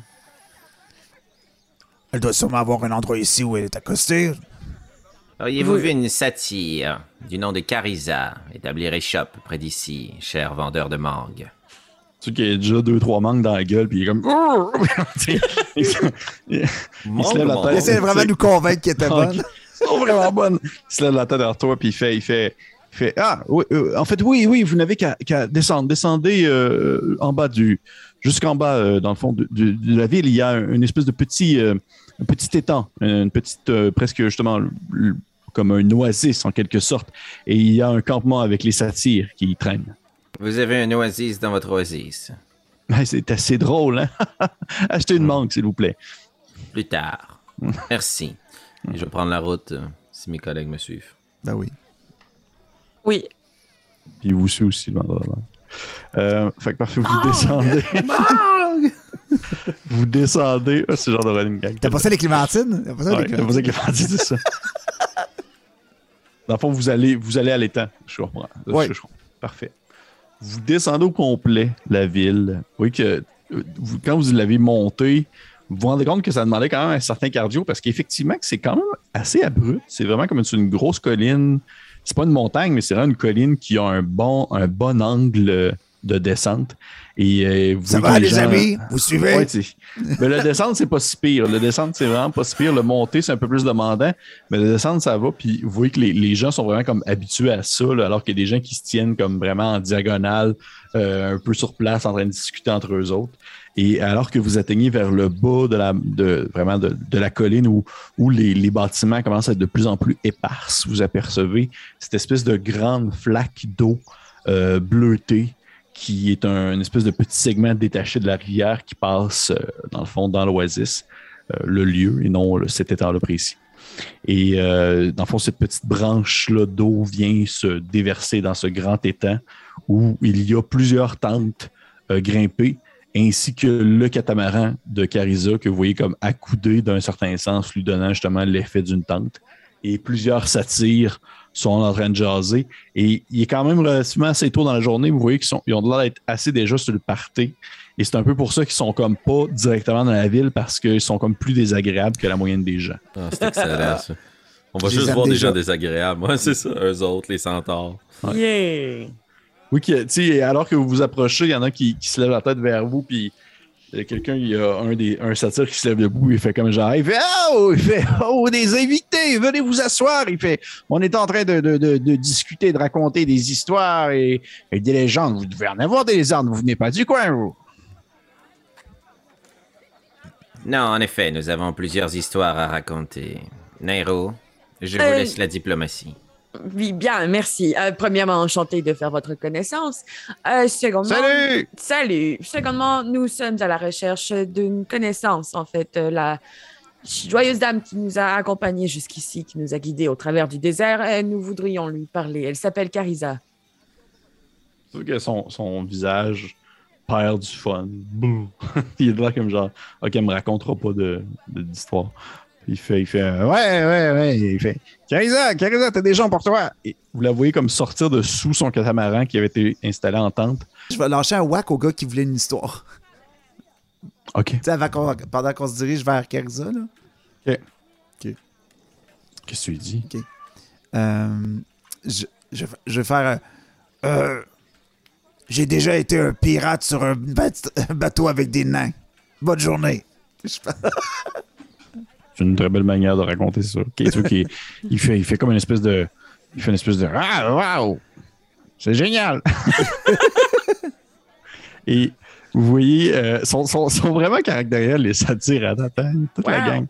Elle doit sûrement avoir un endroit ici où elle est accostée. Auriez-vous vu une satyre du nom de Carissa établir échoppe près d'ici, cher vendeur de mangue? Tu sais qu'il y a déjà 2-3 mangues dans la gueule, puis il est comme... il se lève la tête. Il essaie vraiment de nous convaincre qu'elle était bonne. Ils sont vraiment bonnes. Il se lève la tête vers toi, puis il fait ah, oui, en fait, oui, vous n'avez qu'à descendre. Descendez jusqu'en bas, dans le fond de la ville. Il y a une espèce de petit étang, une petite, presque justement, comme un oasis en quelque sorte. Et il y a un campement avec les satyres qui y traînent. Vous avez un oasis dans votre oasis. C'est assez drôle, hein? Achetez une mangue, s'il vous plaît. Plus tard. Merci. Et je vais prendre la route si mes collègues me suivent. Ben oui. Oui. Puis il vous suit aussi, le vendeur. Fait que parfait, vous descendez. Vous descendez. Ah, c'est le genre de running gag. T'as passé les clémentines? T'as passé les clémentines, c'est ça. Dans le fond, vous allez à l'étang. Je reprends. Ouais. Parfait. Vous descendez au complet la ville. Vous voyez que quand vous l'avez monté, vous vous rendez compte que ça demandait quand même un certain cardio parce qu'effectivement, c'est quand même assez abrupt. C'est vraiment comme une grosse colline. C'est pas une montagne, mais c'est vraiment une colline qui a un bon angle de descente. Et ça va, les amis? Vous suivez? Ouais, mais le descente, c'est pas si pire. Le descente, c'est vraiment pas si pire. Le monter, c'est un peu plus demandant. Mais le descente, ça va. Puis vous voyez que les gens sont vraiment comme habitués à ça, là, alors qu'il y a des gens qui se tiennent comme vraiment en diagonale, un peu sur place, en train de discuter entre eux autres. Et alors que vous atteignez vers le bas de la colline où les bâtiments commencent à être de plus en plus éparses, vous apercevez cette espèce de grande flaque d'eau bleutée qui est un espèce de petit segment détaché de la rivière qui passe, dans le fond, dans l'oasis, le lieu, et non cet étang-là précis. Et dans le fond, cette petite branche-là d'eau vient se déverser dans ce grand étang où il y a plusieurs tentes grimpées, ainsi que le catamaran de Carissa que vous voyez comme accoudé d'un certain sens, lui donnant justement l'effet d'une tente. Et plusieurs satyres sont en train de jaser. Et il est quand même relativement assez tôt dans la journée. Vous voyez qu'ils ont l'air d'être assez déjà sur le party. Et c'est un peu pour ça qu'ils sont comme pas directement dans la ville parce qu'ils sont comme plus désagréables que la moyenne des gens. Ah, c'est excellent, ça. On va juste voir des gens désagréables. Ouais, c'est ça, eux autres, les centaures. Ouais. Yeah! Oui, alors que vous vous approchez, il y en a qui se lèvent la tête vers vous, puis quelqu'un, il y a un satyre qui se lève debout, il fait comme genre, il fait oh, des invités, venez vous asseoir. Il fait, on est en train de discuter, de raconter des histoires et des légendes. Vous devez en avoir des légendes, vous venez pas du coin, vous. Non, en effet, nous avons plusieurs histoires à raconter. Nairo, je vous laisse la diplomatie. Oui, bien, merci. Premièrement, enchanté de faire votre connaissance. Secondement, Salut! Secondement, nous sommes à la recherche d'une connaissance, en fait. La joyeuse dame qui nous a accompagnés jusqu'ici, qui nous a guidés au travers du désert, nous voudrions lui parler. Elle s'appelle Carissa. C'est sûr que son visage perd du fun. Il est là comme genre, OK, elle me racontera pas d'histoire. Il fait, ouais. Il fait, Carissa, t'as des gens pour toi. Et vous la voyez comme sortir de sous son catamaran qui avait été installé en tente. Je vais lâcher un whack au gars qui voulait une histoire. OK. Tu sais, pendant qu'on se dirige vers Carissa, là. OK. Qu'est-ce que tu dis? OK. Je vais faire... J'ai déjà été un pirate sur un bateau avec des nains. Bonne journée. C'est une très belle manière de raconter ça. Il fait comme une espèce de... Il fait une espèce de... Ah, wow! C'est génial! Et vous voyez, sont vraiment caractériels, les satires à Tatane, toute la gang.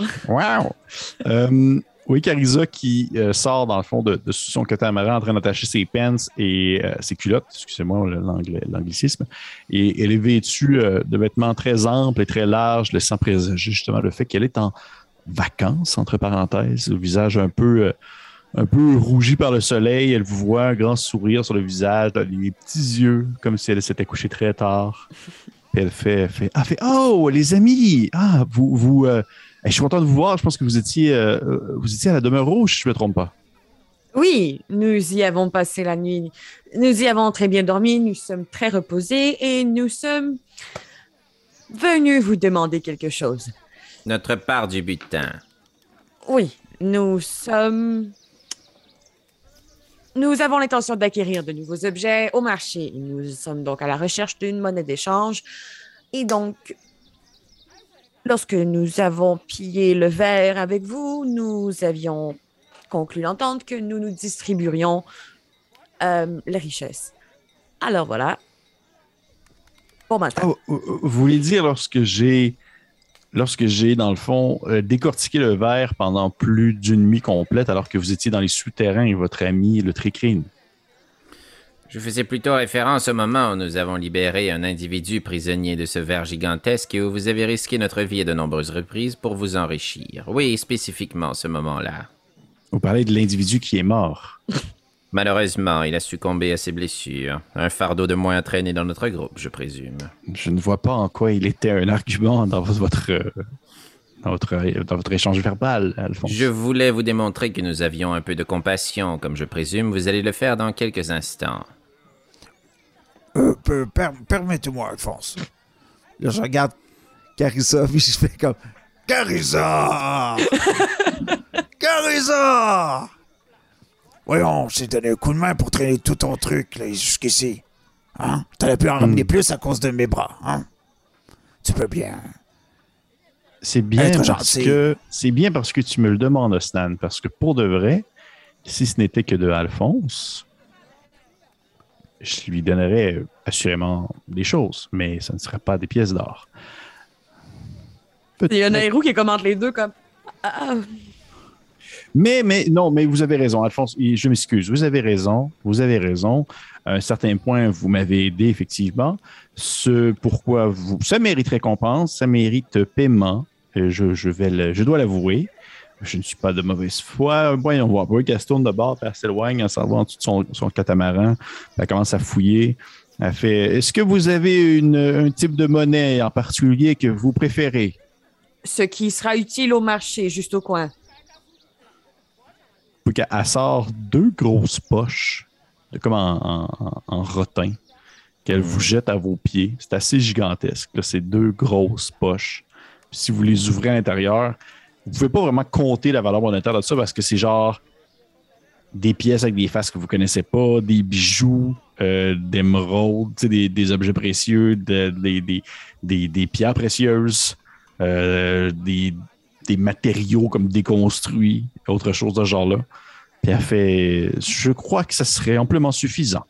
Wow! Oui, Carissa qui sort dans le fond de son catamaran en train d'attacher ses pants et ses culottes, excusez-moi l'anglicisme, et elle est vêtue de vêtements très amples et très larges, laissant présager justement le fait qu'elle est en vacances, entre parenthèses, le visage un peu rougi par le soleil. Elle vous voit un grand sourire sur le visage, les petits yeux, comme si elle s'était couchée très tard. Puis elle fait oh, les amis! Ah, vous je suis content de vous voir. Je pense que vous étiez à la demeure rouge, si je ne me trompe pas. Oui, nous y avons passé la nuit. Nous y avons très bien dormi. Nous sommes très reposés et nous sommes venus vous demander quelque chose. Notre part du butin. Oui, nous avons l'intention d'acquérir de nouveaux objets au marché. Nous sommes donc à la recherche d'une monnaie d'échange. Et donc, lorsque nous avons pillé le verre avec vous, nous avions conclu l'entente que nous nous distribuerions les richesses. Alors voilà. Bon matin. Oh, vous voulez dire lorsque j'ai, dans le fond, décortiqué le verre pendant plus d'une nuit complète alors que vous étiez dans les souterrains et votre ami, le Tricrine? Je faisais plutôt référence au moment où nous avons libéré un individu prisonnier de ce ver gigantesque et où vous avez risqué notre vie à de nombreuses reprises pour vous enrichir. Oui, spécifiquement ce moment-là. Vous parlez de l'individu qui est mort. Malheureusement, il a succombé à ses blessures. Un fardeau de moins à traîner dans notre groupe, je présume. Je ne vois pas en quoi il était un argument dans votre échange verbal, Alphonse. Je voulais vous démontrer que nous avions un peu de compassion, comme je présume vous allez le faire dans quelques instants. Permettez-moi, Alphonse. Là, je regarde Carissa, puis je fais comme... Carissa! Carissa! Voyons, je t'ai donné un coup de main pour traîner tout ton truc là, jusqu'ici. Hein? T'aurais pu en ramener plus à cause de mes bras, hein? Tu peux bien... C'est bien parce que tu me le demandes, Stan, parce que pour de vrai, si ce n'était que de Alphonse, je lui donnerais assurément des choses, mais ça ne serait pas des pièces d'or. Il y a un héros qui commente les deux comme... Mais vous avez raison, Alphonse, je m'excuse, vous avez raison. À un certain point, vous m'avez aidé, effectivement. Ça mérite récompense, ça mérite paiement. Je dois l'avouer. Je ne suis pas de mauvaise foi. Voyons voir. Oui, qu'elle se tourne de bord, puis elle s'éloigne, elle s'en va en dessous de son catamaran. Elle commence à fouiller. Elle fait: est-ce que vous avez un type de monnaie en particulier que vous préférez? Ce qui sera utile au marché, juste au coin. Puis elle sort deux grosses poches, comme en rotin, qu'elle vous jette à vos pieds. C'est assez gigantesque, là, ces deux grosses poches. Puis si vous les ouvrez à l'intérieur, vous ne pouvez pas vraiment compter la valeur monétaire de ça parce que c'est genre des pièces avec des faces que vous ne connaissez pas, des bijoux, d'émeraudes, des objets précieux, des pierres précieuses, des matériaux comme déconstruits, autre chose de ce genre-là. Puis elle fait: je crois que ça serait amplement suffisant.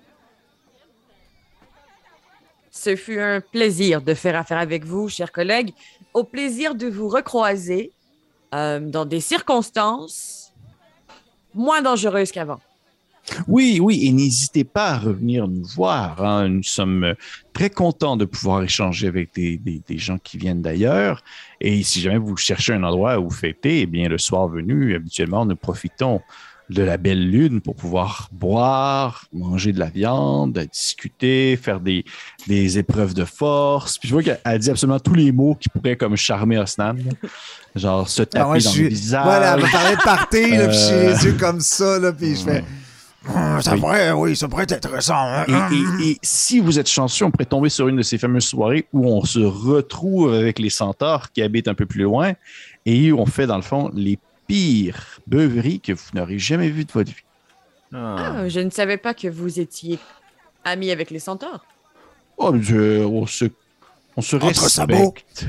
Ce fut un plaisir de faire affaire avec vous, chers collègues. Au plaisir de vous recroiser dans des circonstances moins dangereuses qu'avant. Oui, et n'hésitez pas à revenir nous voir. Hein. Nous sommes très contents de pouvoir échanger avec des gens qui viennent d'ailleurs. Et si jamais vous cherchez un endroit où fêter, eh bien, le soir venu, habituellement, nous profitons de la belle lune pour pouvoir boire, manger de la viande, discuter, faire des épreuves de force. Puis je vois qu'elle dit absolument tous les mots qui pourraient comme charmer Osnan. Genre se taper dans le visage. Voilà, elle me parlait de party, là, puis j'ai les yeux comme ça, là, puis je fais... Ça pourrait être intéressant. Hein? Et si vous êtes chanceux, on pourrait tomber sur une de ces fameuses soirées où on se retrouve avec les centaures qui habitent un peu plus loin et où on fait, dans le fond, les pire beuverie que vous n'aurez jamais vue de votre vie. Ah, je ne savais pas que vous étiez amis avec les centaures. Oh, on se Entre sabots. respecte.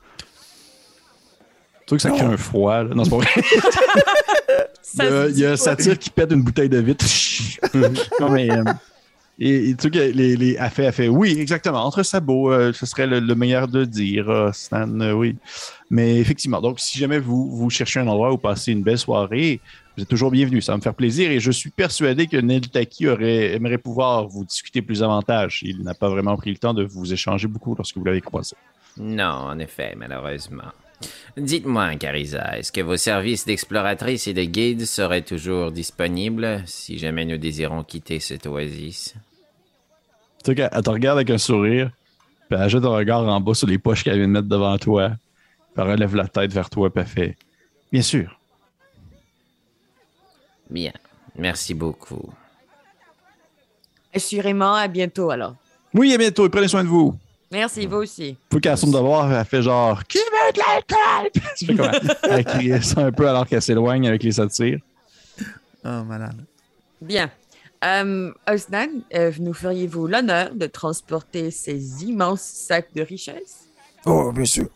Tu vois que ça crée un froid, là. Non, c'est pas vrai. Il y a un satire qui pète une bouteille de vitre. Non, mais... Et tu sais que elle fait oui, exactement, entre sabots, ce serait le meilleur de dire, Stan, oui. Mais effectivement, donc si jamais vous cherchez un endroit où passer une belle soirée, vous êtes toujours bienvenu, ça va me faire plaisir et je suis persuadé que Neltaki aimerait pouvoir vous discuter plus avantage. Il n'a pas vraiment pris le temps de vous échanger beaucoup lorsque vous l'avez croisé. Non, en effet, malheureusement. Dites-moi, Carissa, est-ce que vos services d'exploratrice et de guide seraient toujours disponibles si jamais nous désirons quitter cette oasis? Tu sais qu'elle te regarde avec un sourire, puis elle jette un regard en bas sur les poches qu'elle vient de mettre devant toi, puis elle relève la tête vers toi, puis elle fait « Bien sûr. » Bien, merci beaucoup. Assurément, à bientôt alors. Oui, à bientôt, prenez soin de vous. Merci, vous aussi. Faut qu'elle assume de voir, elle fait genre « Qui veut de l'alcool? » Puis tu fais comme elle crie ça un peu alors qu'elle s'éloigne avec les satires. Oh, malade. Bien. Osnan, nous feriez-vous l'honneur de transporter ces immenses sacs de richesse? Oh, bien sûr.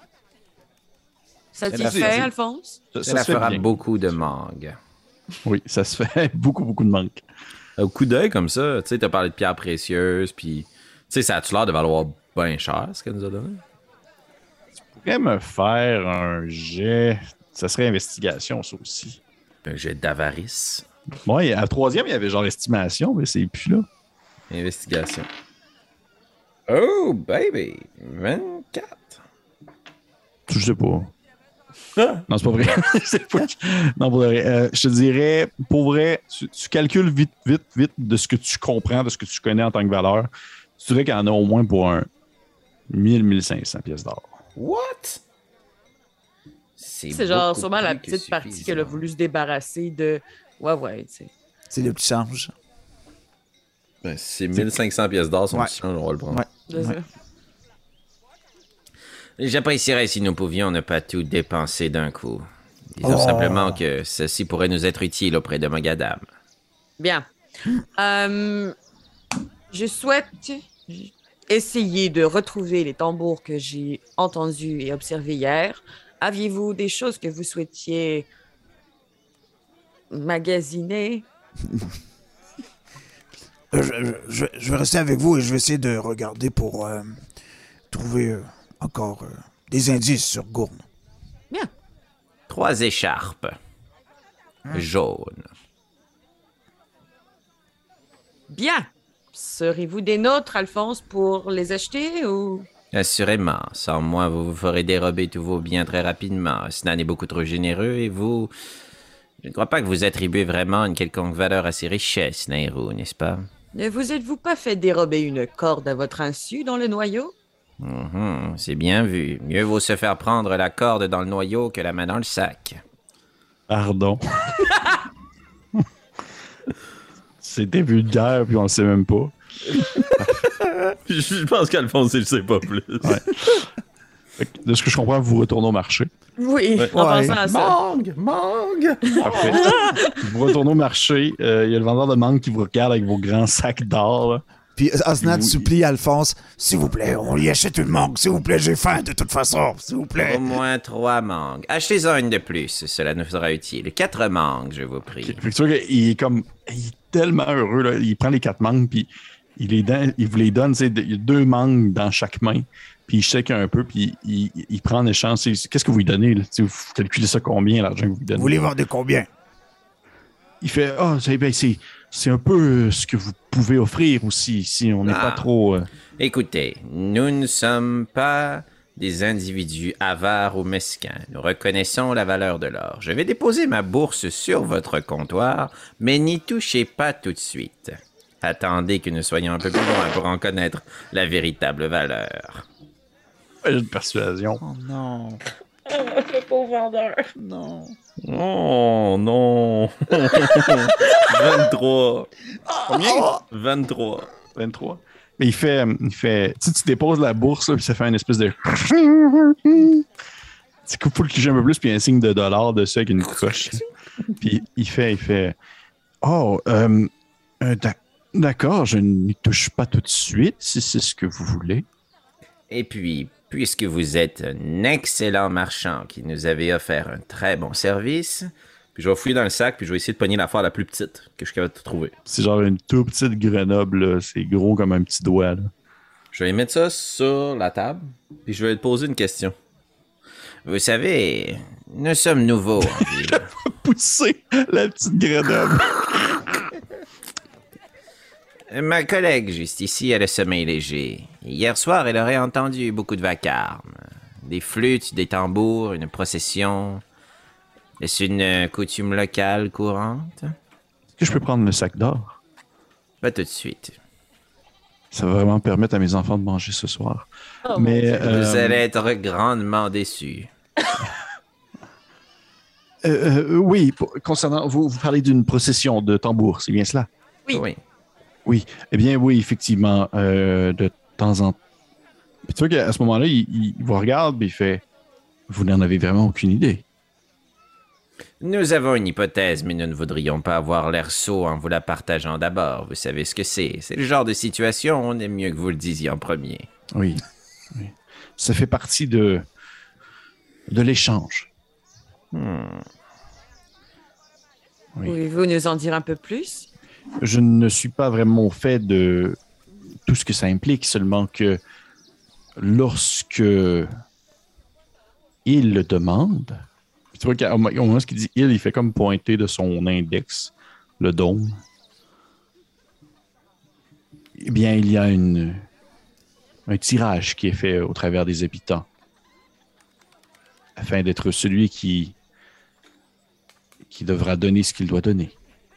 Satisfait, Alphonse? Cela se fait fera bien. beaucoup de mangue. Oui, ça se fait beaucoup de manque. Au coup d'œil comme ça, tu sais, t'as parlé de pierres précieuses, puis tu sais, ça a-tu l'air de valoir bien cher, ce qu'elle nous a donné? Tu pourrais me faire un jet, ça serait investigation, ça aussi. Un jet d'avarice. Ouais, à la troisième, il y avait genre estimation, mais c'est plus là. Investigation. Oh, baby! 24. Je sais pas. Non, c'est pas vrai. C'est pas... Non, pour vrai. Je te dirais, pour vrai, tu calcules vite de ce que tu comprends, de ce que tu connais en tant que valeur. Tu dirais qu'il y en a au moins pour un 1500 pièces d'or. What? C'est genre beaucoup sûrement la plus que petite partie suffisant. qu'elle a voulu se débarrasser de... Ouais, tu sais. C'est le petit change. Ben, c'est 1500 pièces d'or, son Ouais. petit change, on va le prendre. Ouais. C'est ça. J'apprécierais si nous pouvions ne pas tout dépenser d'un coup. Disons Oh. simplement que ceci pourrait nous être utile auprès de Mogadam. Bien. Je souhaite essayer de retrouver les tambours que j'ai entendus et observés hier. Aviez-vous des choses que vous souhaitiez magasiner? Je vais rester avec vous et je vais essayer de regarder pour trouver encore des indices sur Gourne. Bien. 3 écharpes. Jaunes. Bien. Serez-vous des nôtres, Alphonse, pour les acheter ou... Assurément. Sans moi, vous vous ferez dérober tous vos biens très rapidement. Snan est beaucoup trop généreux et vous... Je ne crois pas que vous attribuez vraiment une quelconque valeur à ces richesses, Nairou, n'est-ce pas? Ne vous êtes-vous pas fait dérober une corde à votre insu dans le noyau? C'est bien vu. Mieux vaut se faire prendre la corde dans le noyau que la main dans le sac. Pardon. C'était vulgaire, puis on le sait même pas. Je pense qu'Alphonse, il le sait pas plus. Ouais. Fait que, de ce que je comprends, vous retournez au marché. Oui, en pensant à ça. Mangue! Parfait. Vous retournez au marché. Il y a le vendeur de mangue qui vous regarde avec vos grands sacs d'or. Là. Puis Osnat Oui. supplie Alphonse. S'il vous plaît, on y achète une mangue. S'il vous plaît, j'ai faim de toute façon. S'il vous plaît. Au moins 3 mangues. Achetez-en une de plus, cela nous sera utile. 4 mangues, je vous prie. Fait que tu vois qu'il est comme. Il est tellement heureux. Là. Il prend les 4 mangues, puis il vous les donne. Il y a 2 mangues dans chaque main. Puis il shake un peu, puis il prend en échange. Qu'est-ce que vous lui donnez? Là? Vous calculez ça combien, l'argent que vous lui donnez? Vous les vendez combien? Il fait c'est un peu ce que vous pouvez offrir aussi ici. On n'est pas trop. Écoutez, nous ne sommes pas des individus avares ou mesquins. Nous reconnaissons la valeur de l'or. Je vais déposer ma bourse sur votre comptoir, mais n'y touchez pas tout de suite. Attendez que nous soyons un peu plus loin pour en connaître la véritable valeur. J'ai de persuasion. Oh non. Le pauvre vendeur. Non. Oh non! 23. Combien? 23. 23. Mais il fait tu déposes la bourse, là, puis ça fait une espèce de. Tu Tu sais, faut le cliché un peu plus, puis il y a un signe de dollar dessus avec une coche. Puis il fait Oh, d'accord, je n'y touche pas tout de suite, si c'est ce que vous voulez. Et puis, puisque vous êtes un excellent marchand qui nous avait offert un très bon service, puis je vais fouiller dans le sac, puis je vais essayer de pogner l'affaire la plus petite que je suis capable de trouver. C'est genre une toute petite Grenoble, là. C'est gros comme un petit doigt. Là. Je vais mettre ça sur la table, puis je vais te poser une question. Vous savez, nous sommes nouveaux en ville. Pousser la petite Grenoble. Ma collègue juste ici a le sommeil léger. Hier soir, elle aurait entendu beaucoup de vacarme. Des flûtes, des tambours, une procession. Est-ce une coutume locale courante? Est-ce que je peux prendre le sac d'or? Pas tout de suite. Ça va vraiment permettre à mes enfants de manger ce soir. Oh, Mais Vous allez être grandement déçus. oui, concernant vous parlez d'une procession de tambours, c'est bien cela? Oui. Oui, eh bien oui, effectivement, de temps en temps. Tu vois qu'à ce moment-là, il vous regarde et il fait vous n'en avez vraiment aucune idée. Nous avons une hypothèse, mais nous ne voudrions pas avoir l'air sot en vous la partageant d'abord. Vous savez ce que c'est. C'est le genre de situation où on aime mieux que vous le disiez en premier. Oui. Ça fait partie de l'échange. Oui. Pouvez-vous nous en dire un peu plus? Je ne suis pas vraiment au fait de tout ce que ça implique, seulement que lorsque il le demande, tu vois qu'au moment où il dit il fait comme pointer de son index le dôme. Eh bien, il y a un tirage qui est fait au travers des habitants afin d'être celui qui devra donner ce qu'il doit donner.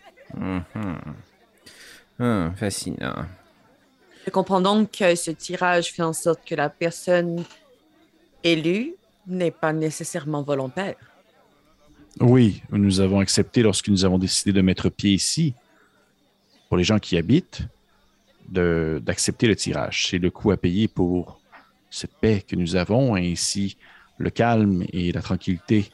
Fascinant. Je comprends donc que ce tirage fait en sorte que la personne élue n'est pas nécessairement volontaire. Oui, nous avons accepté lorsque nous avons décidé de mettre pied ici, pour les gens qui habitent, d'accepter le tirage. C'est le coût à payer pour cette paix que nous avons, et ainsi le calme et la tranquillité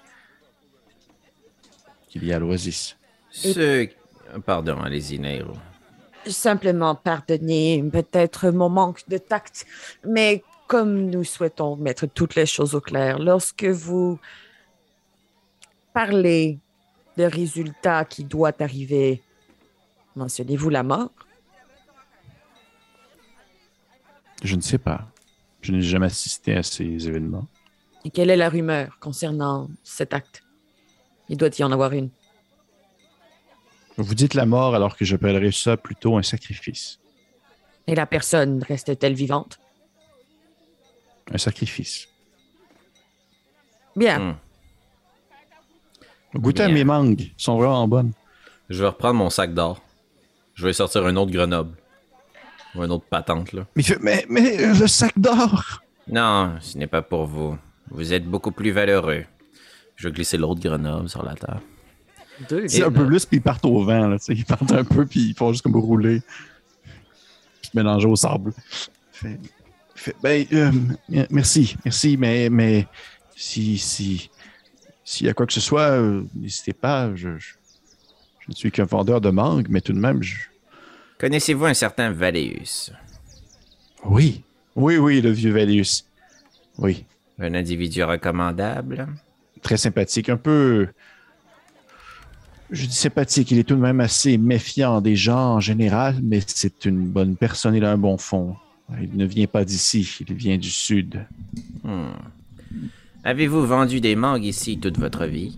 qu'il y a à l'Oasis. Pardon, allez-y, Nairo. Simplement pardonner peut-être mon manque de tact, mais comme nous souhaitons mettre toutes les choses au clair, lorsque vous parlez de résultat qui doit arriver, mentionnez-vous la mort? Je ne sais pas. Je n'ai jamais assisté à ces événements. Et quelle est la rumeur concernant cet acte? Il doit y en avoir une. Vous dites la mort alors que j'appellerais ça plutôt un sacrifice. Et la personne reste-t-elle vivante? Un sacrifice. Bien. Goûtez à mes mangues. Elles sont vraiment bonnes. Je vais reprendre mon sac d'or. Je vais sortir un autre Grenoble. Ou un autre patente, là. Mais le sac d'or! Non, ce n'est pas pour vous. Vous êtes beaucoup plus valeureux. Je vais glisser l'autre Grenoble sur la table. C'est un peu plus, puis ils partent au vent. Là, ils partent un peu, puis ils font juste comme rouler. Puis se mélanger au sable. Merci, mais s'il y a quoi que ce soit, n'hésitez pas. Je ne suis qu'un vendeur de mangue, mais tout de même, Connaissez-vous un certain Valéus? Oui, le vieux Valéus. Oui. Un individu recommandable? Très sympathique, un peu... Je dis sympathique, il est tout de même assez méfiant des gens en général, mais c'est une bonne personne, il a un bon fond. Il ne vient pas d'ici, il vient du sud. Avez-vous vendu des mangues ici toute votre vie?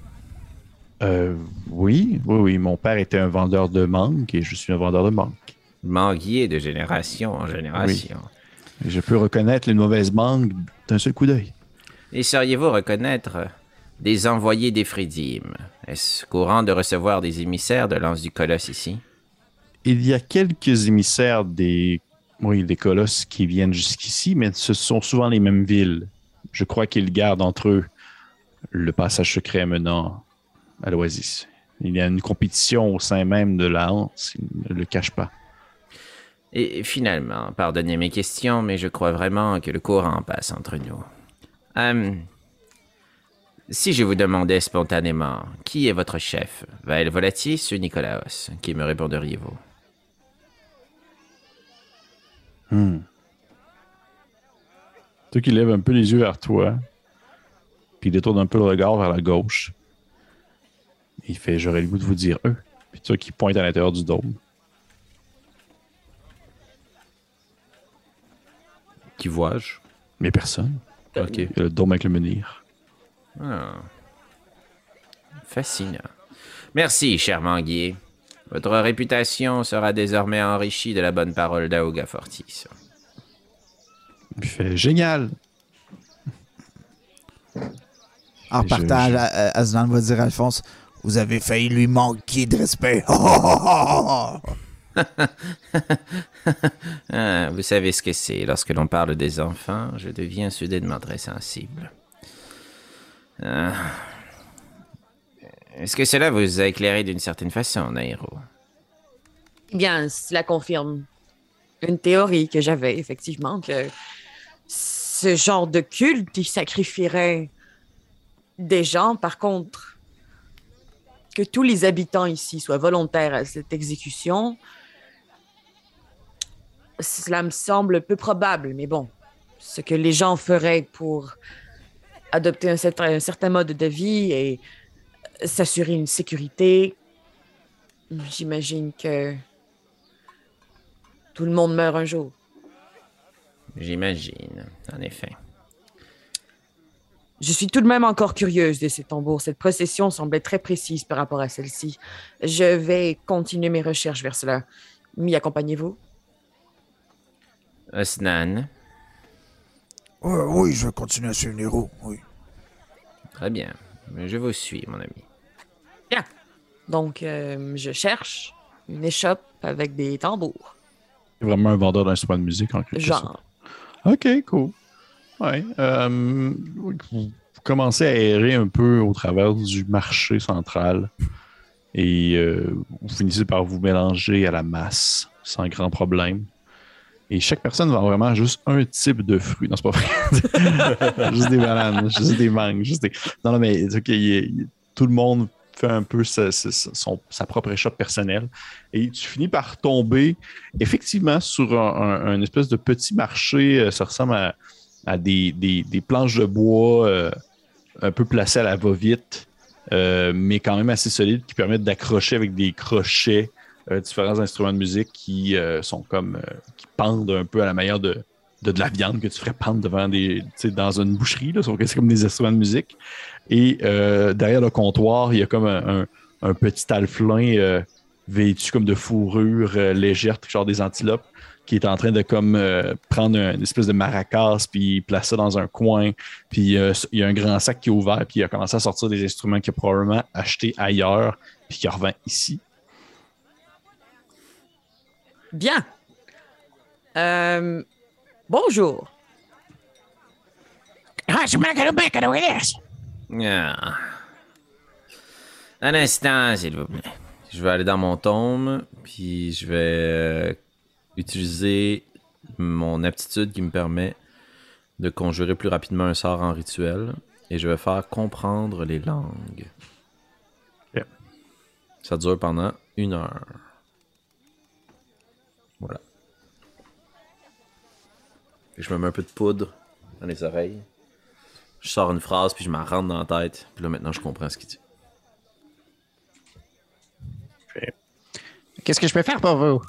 Oui, mon père était un vendeur de mangues et je suis un vendeur de mangues. Manguier de génération en génération. Oui. Je peux reconnaître les mauvaises mangues d'un seul coup d'œil. Et sauriez-vous reconnaître des envoyés d'Ephridim? Est-ce courant de recevoir des émissaires de l'Anse du Colosse ici? Il y a quelques émissaires des colosses qui viennent jusqu'ici, mais ce sont souvent les mêmes villes. Je crois qu'ils gardent entre eux le passage secret menant à l'Oasis. Il y a une compétition au sein même de la Hanse, ils ne le cachent pas. Et finalement, pardonnez mes questions, mais je crois vraiment que le courant passe entre nous. Si je vous demandais spontanément qui est votre chef, Vael Volatis ou Nicolaos, qui me répondriez-vous? Toi qui lève un peu les yeux vers toi, puis il détourne un peu le regard vers la gauche. Il fait « J'aurais le goût de vous dire eux ». Puis toi qui pointe à l'intérieur du dôme. Qui vois-je? Mais personne. Ok. Il y a le dôme avec le menhir. Ah. Fascinant. Merci, cher Manguier. Votre réputation sera désormais enrichie de la bonne parole d'Aoga Fortis. Il fait « Génial ». En partant, Aslan va dire à Alphonse, Vous avez failli lui manquer de respect. Ah, vous savez ce que c'est. Lorsque l'on parle des enfants, je deviens soudainement très sensible. Ah. Est-ce que cela vous a éclairé d'une certaine façon, Nairo? Eh bien, cela confirme une théorie que j'avais, effectivement, que ce genre de culte, il sacrifierait des gens. Par contre, que tous les habitants ici soient volontaires à cette exécution, cela me semble peu probable. Mais bon, ce que les gens feraient pour adopter un certain mode de vie et s'assurer une sécurité, j'imagine que tout le monde meurt un jour. J'imagine, en effet. Je suis tout de même encore curieuse de ces tambours. Cette procession semblait très précise par rapport à celle-ci. Je vais continuer mes recherches vers cela. M'y accompagnez-vous? Osnan, Oui, je vais continuer à suivre Nero, oui. très bien. Je vous suis, mon ami. Bien. Donc, je cherche une échoppe avec des tambours. C'est vraiment un vendeur d'instruments de musique en quelque sorte. Genre. OK, cool. Ouais. Vous commencez à errer un peu au travers du marché central et vous finissez par vous mélanger à la masse sans grand problème. Et chaque personne vend vraiment juste un type de fruit. Non, c'est pas vrai. Juste des bananes, juste des mangues, juste des... Non, mais tout le monde fait un peu sa propre échoppe personnelle. Et tu finis par tomber effectivement sur un espèce de petit marché. Ça ressemble à des planches de bois un peu placées à la va-vite, mais quand même assez solides, qui permettent d'accrocher avec des crochets différents instruments de musique qui sont comme qui pendent un peu à la manière de la viande que tu ferais pendre devant dans une boucherie, là, sauf que c'est comme des instruments de musique. Et derrière le comptoir, il y a comme un petit alflin vêtu comme de fourrure légère, genre des antilopes, qui est en train de comme prendre une espèce de maracas puis placer ça dans un coin. Puis il y a un grand sac qui est ouvert puis il a commencé à sortir des instruments qu'il a probablement achetés ailleurs puis qu'il revend ici. Bien. Bonjour. Ah. Un instant, s'il vous plaît. Je vais aller dans mon tome, puis je vais utiliser mon aptitude qui me permet de conjurer plus rapidement un sort en rituel, et je vais faire comprendre les langues. Yeah. Ça dure pendant 1 heure. Voilà. Puis je me mets un peu de poudre dans les oreilles. Je sors une phrase, puis je m'en rentre dans la tête. Puis là, maintenant, je comprends ce qu'il dit. Qu'est-ce que je peux faire pour vous?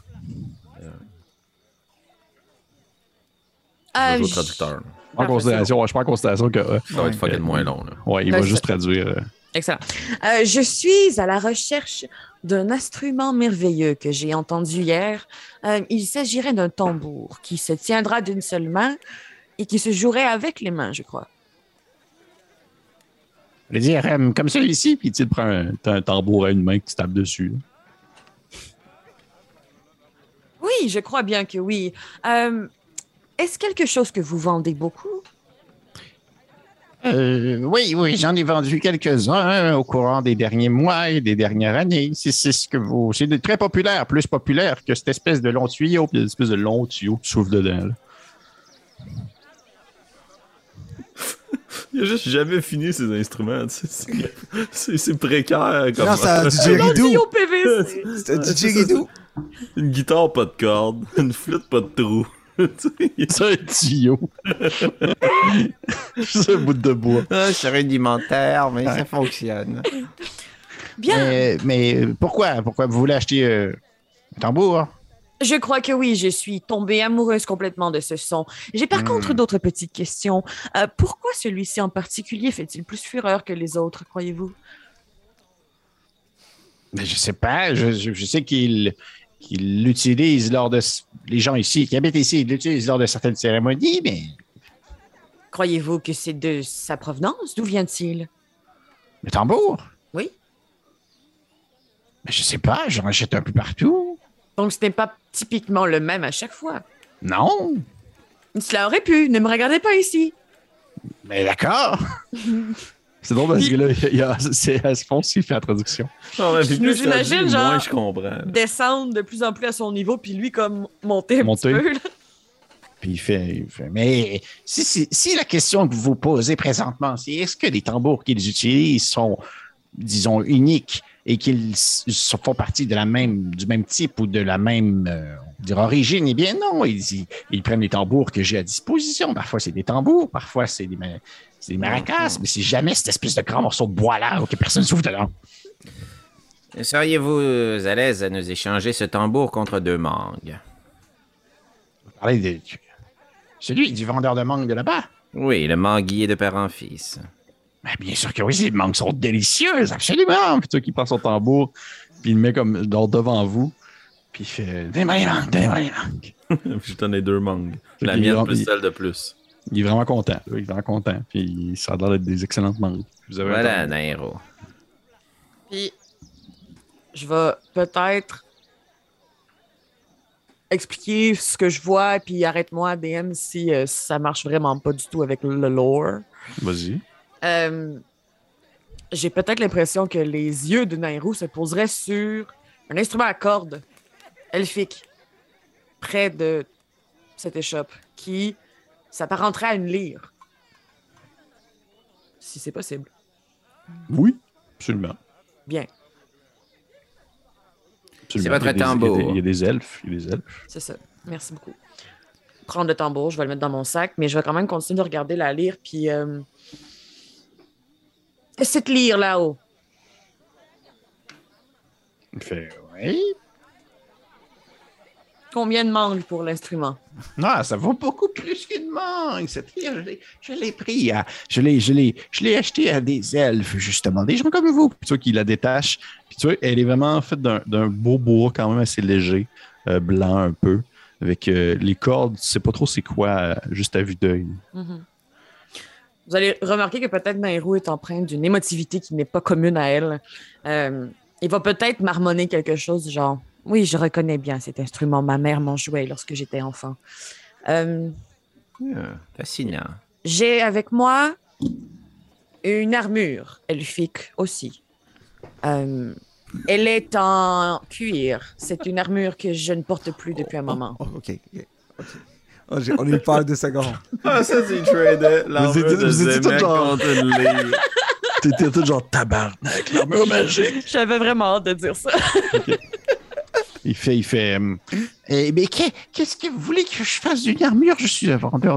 Je vais jouer au traducteur. En considération, je prends en considération que Ça va être fucking moins long. Là. ouais, il va juste traduire. Excellent. Je suis à la recherche d'un instrument merveilleux que j'ai entendu hier. Il s'agirait d'un tambour qui se tiendra d'une seule main et qui se jouerait avec les mains, je crois. Je veux dire, comme celui-ci. Puis tu prends un tambour à une main que tu tapes dessus. Là. Oui, je crois bien que oui. Est-ce quelque chose que vous vendez beaucoup? Oui, j'en ai vendu quelques-uns au courant des derniers mois et des dernières années. C'est très populaire, plus populaire que cette espèce de long tuyau. Puis il y a une espèce de long tuyau qui souffle dedans. Là. Il a juste jamais fini ses instruments. Tu sais, c'est précaire. Comme... Non, c'est un Non, didgeridoo. Dio PVC. C'est un didgeridoo. Une guitare, pas de cordes. Une flûte, pas de trou. C'est un tuyau. Juste un bout de bois. C'est rudimentaire, mais ça fonctionne. Bien. Mais pourquoi? Pourquoi vous voulez acheter un tambour? Je crois que oui, je suis tombée amoureuse complètement de ce son. J'ai par contre d'autres petites questions. Pourquoi celui-ci en particulier fait-il plus fureur que les autres, croyez-vous? Mais je sais pas. Je sais qu'il l'utilise lors de... Les gens ici, qui habitent ici, ils l'utilisent lors de certaines cérémonies, mais... Croyez-vous que c'est de sa provenance? D'où vient-il? Le tambour? Oui. Mais je sais pas, j'en achète un peu partout. Donc ce n'est pas typiquement le même à chaque fois. Non. Cela aurait pu. Ne me regardez pas ici. Mais d'accord. C'est drôle parce que là, c'est Alphonse qui fait la traduction. Non, mais Je plus nous ça imagine, dit, genre, moins je comprends. Descendre de plus en plus à son niveau, puis lui comme monter un Monter. petit peu. Là. Puis il fait mais si la question que vous vous posez présentement, c'est est-ce que les tambours qu'ils utilisent sont, disons, uniques et qu'ils font partie de du même type ou de la même on dirait origine, eh bien non, ils prennent les tambours que j'ai à disposition. Parfois c'est des tambours, parfois c'est des maracas, mais c'est jamais cette espèce de grand morceau de bois là que personne ne souffle dedans. Seriez-vous à l'aise à nous échanger ce tambour contre 2 mangues? Vous parlez de celui du vendeur de mangue de là-bas? Oui, le manguier de père en fils. Ben, bien sûr que oui, les mangues sont délicieuses, absolument. Puis toi qui prend son tambour, puis il le met comme devant vous, puis il fait Donnez-moi les mangues, donnez-moi les mangues. Je t'en ai 2 mangues. Fait La qu'il mienne est- plus il- celle de plus. il est vraiment content. Là, il est vraiment content. Puis ça a l'air d'être des excellentes mangues. Vous avez un Voilà, tambour. Nairo. Puis je vais peut-être expliquer ce que je vois, puis arrête-moi, DM, si ça marche vraiment pas du tout avec le lore. Vas-y. J'ai peut-être l'impression que les yeux de Nairo se poseraient sur un instrument à cordes elfique près de cette échoppe qui s'apparenterait à une lyre. Si c'est possible. Oui, absolument. Bien, Absolument. votre Il y a des- tambour. Il y a des elfes. Il y a des elfes. c'est ça. Merci beaucoup. Prendre le tambour, je vais le mettre dans mon sac, mais je vais quand même continuer de regarder la lyre, puis... cette lyre là-haut, Il fait oui. combien de mangues pour l'instrument? Non, ça vaut beaucoup plus qu'une mangue. Cette lyre, je l'ai pris. Je l'ai acheté à des elfes, justement. Des gens comme vous. Puis tu vois qu'il la détache. Puis tu vois, elle est vraiment faite d'un beau bois quand même assez léger, blanc un peu, avec les cordes, tu sais pas trop c'est quoi, juste à vue d'œil. Mhm. Vous allez remarquer que peut-être Nairo est empreinte d'une émotivité qui n'est pas commune à elle. Il va peut-être marmonner quelque chose, genre « Oui, je reconnais bien cet instrument. Ma mère m'en jouait lorsque j'étais enfant. Fascinant. J'ai avec moi une armure elfique aussi. Elle est en cuir. C'est une armure que je ne porte plus depuis un moment. Oh, OK. Oh, on a eu peur de secondes. Ah, ça, c'est tradé. L'armure de vous étiez tout Zemek genre- contre une lyre. T'étais tout genre tabarnak, l'armure magique. J'avais vraiment hâte de dire ça. Il fait Mais qu'est-ce que vous voulez que je fasse d'une armure? Je suis un vendeur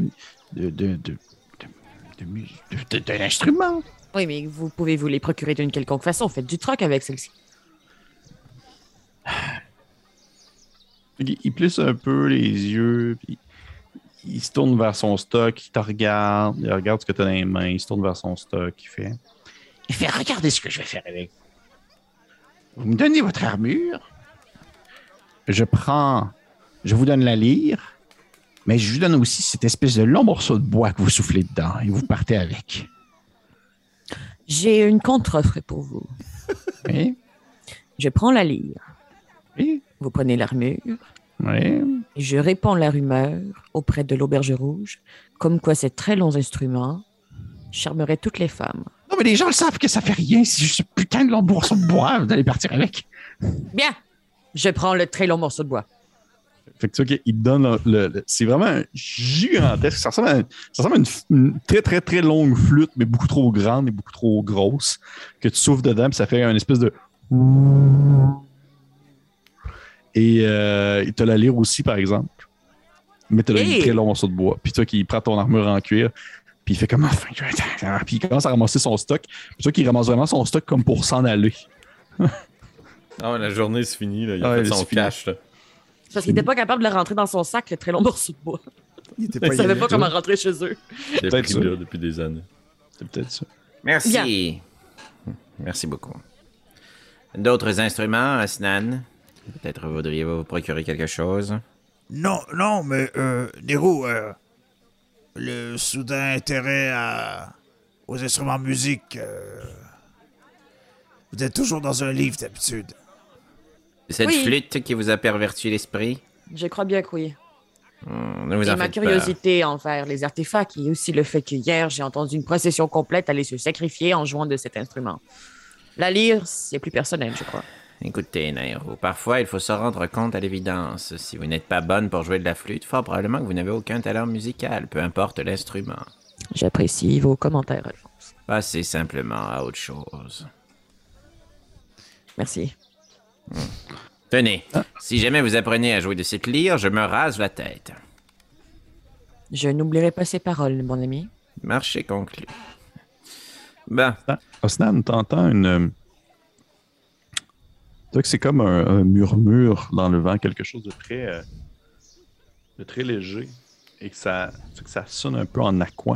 d'un instrument. Oui, mais vous pouvez vous les procurer d'une quelconque façon. Faites du troc avec celle-ci. il plisse un peu les yeux, puis il se tourne vers son stock, il te regarde, il regarde ce que tu as dans les mains, il se tourne vers son stock, Il fait regardez ce que je vais faire avec. Vous me donnez votre armure. Je vous donne la lyre, mais je vous donne aussi cette espèce de long morceau de bois que vous soufflez dedans et vous partez avec. J'ai une contre-offre pour vous. Oui, Je prends la lyre. oui, Vous prenez l'armure. oui. Et je répands la rumeur auprès de l'Auberge Rouge, comme quoi ces très longs instruments charmeraient toutes les femmes. Non, mais les gens le savent que ça fait rien. C'est juste ce putain de long morceau de bois. Vous allez partir avec. Bien, je prends le très long morceau de bois. Fait que tu vois qu'il te donne c'est vraiment gigantesque. Ça ressemble à une très, très, très longue flûte, mais beaucoup trop grande et beaucoup trop grosse, que tu souffles dedans, puis ça fait une espèce de... Et tu as la lyre aussi, par exemple. Mais tu as un très long morceau de bois. Puis tu vois qu'il prend ton armure en cuir, puis il fait comme... Puis il commence à ramasser son stock. Puis tu vois qu'il ramasse vraiment son stock comme pour s'en aller. Ah, la journée c'est fini, là. Il a fait son cash, là. C'est parce qu'il n'était pas capable de le rentrer dans son sac, le très long morceau de bois. Il était Il pas savait pas comment rentrer chez eux. Il est pris là depuis des années. C'est peut-être ça. Merci. Merci beaucoup. D'autres instruments, Asnan? Peut-être voudriez-vous vous procurer quelque chose? Non, mais Nero, le soudain intérêt aux instruments de musique, vous êtes toujours dans un livre d'habitude. Cette flûte qui vous a perverti l'esprit? Je crois bien que oui. Ne vous Et en ma faites curiosité envers les artefacts et aussi le fait que hier, j'ai entendu une procession complète aller se sacrifier en jouant de cet instrument. La lyre, c'est plus personnel, je crois. pas. Écoutez, Nairo, parfois il faut se rendre compte à l'évidence. Si vous n'êtes pas bonne pour jouer de la flûte, fort probablement que vous n'avez aucun talent musical, peu importe l'instrument. J'apprécie vos commentaires, Alphonse. Passez simplement à autre chose. Merci. Tenez, si jamais vous apprenez à jouer de cette lyre, je me rase la tête. Je n'oublierai pas ces paroles, mon ami. Marché conclu. Ben, Osnan, t'entends une... Tu vois que c'est comme un murmure dans le vent, quelque chose de très léger, et que ça sonne un peu en aqua.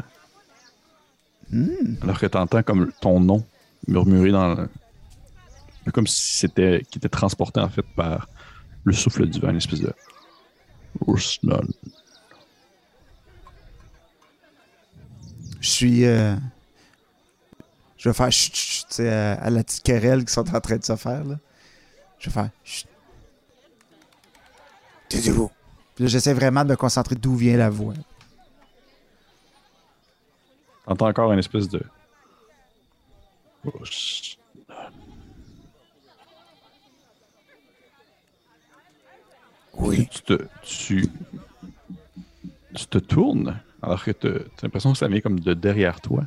Alors que t'entends comme ton nom murmurer dans le... Comme si c'était qui était transporté en fait par le souffle du vent, une espèce de Osnan. Je vais faire chut, chut, tu sais, à la petite querelle qu'ils sont en train de se faire, là. Je vais faire chut. Taisez-vous. Puis là, j'essaie vraiment de me concentrer d'où vient la voix. T'entends encore une espèce de Osnan. Oui. Tu te tournes alors que tu as l'impression que ça vient comme de derrière toi.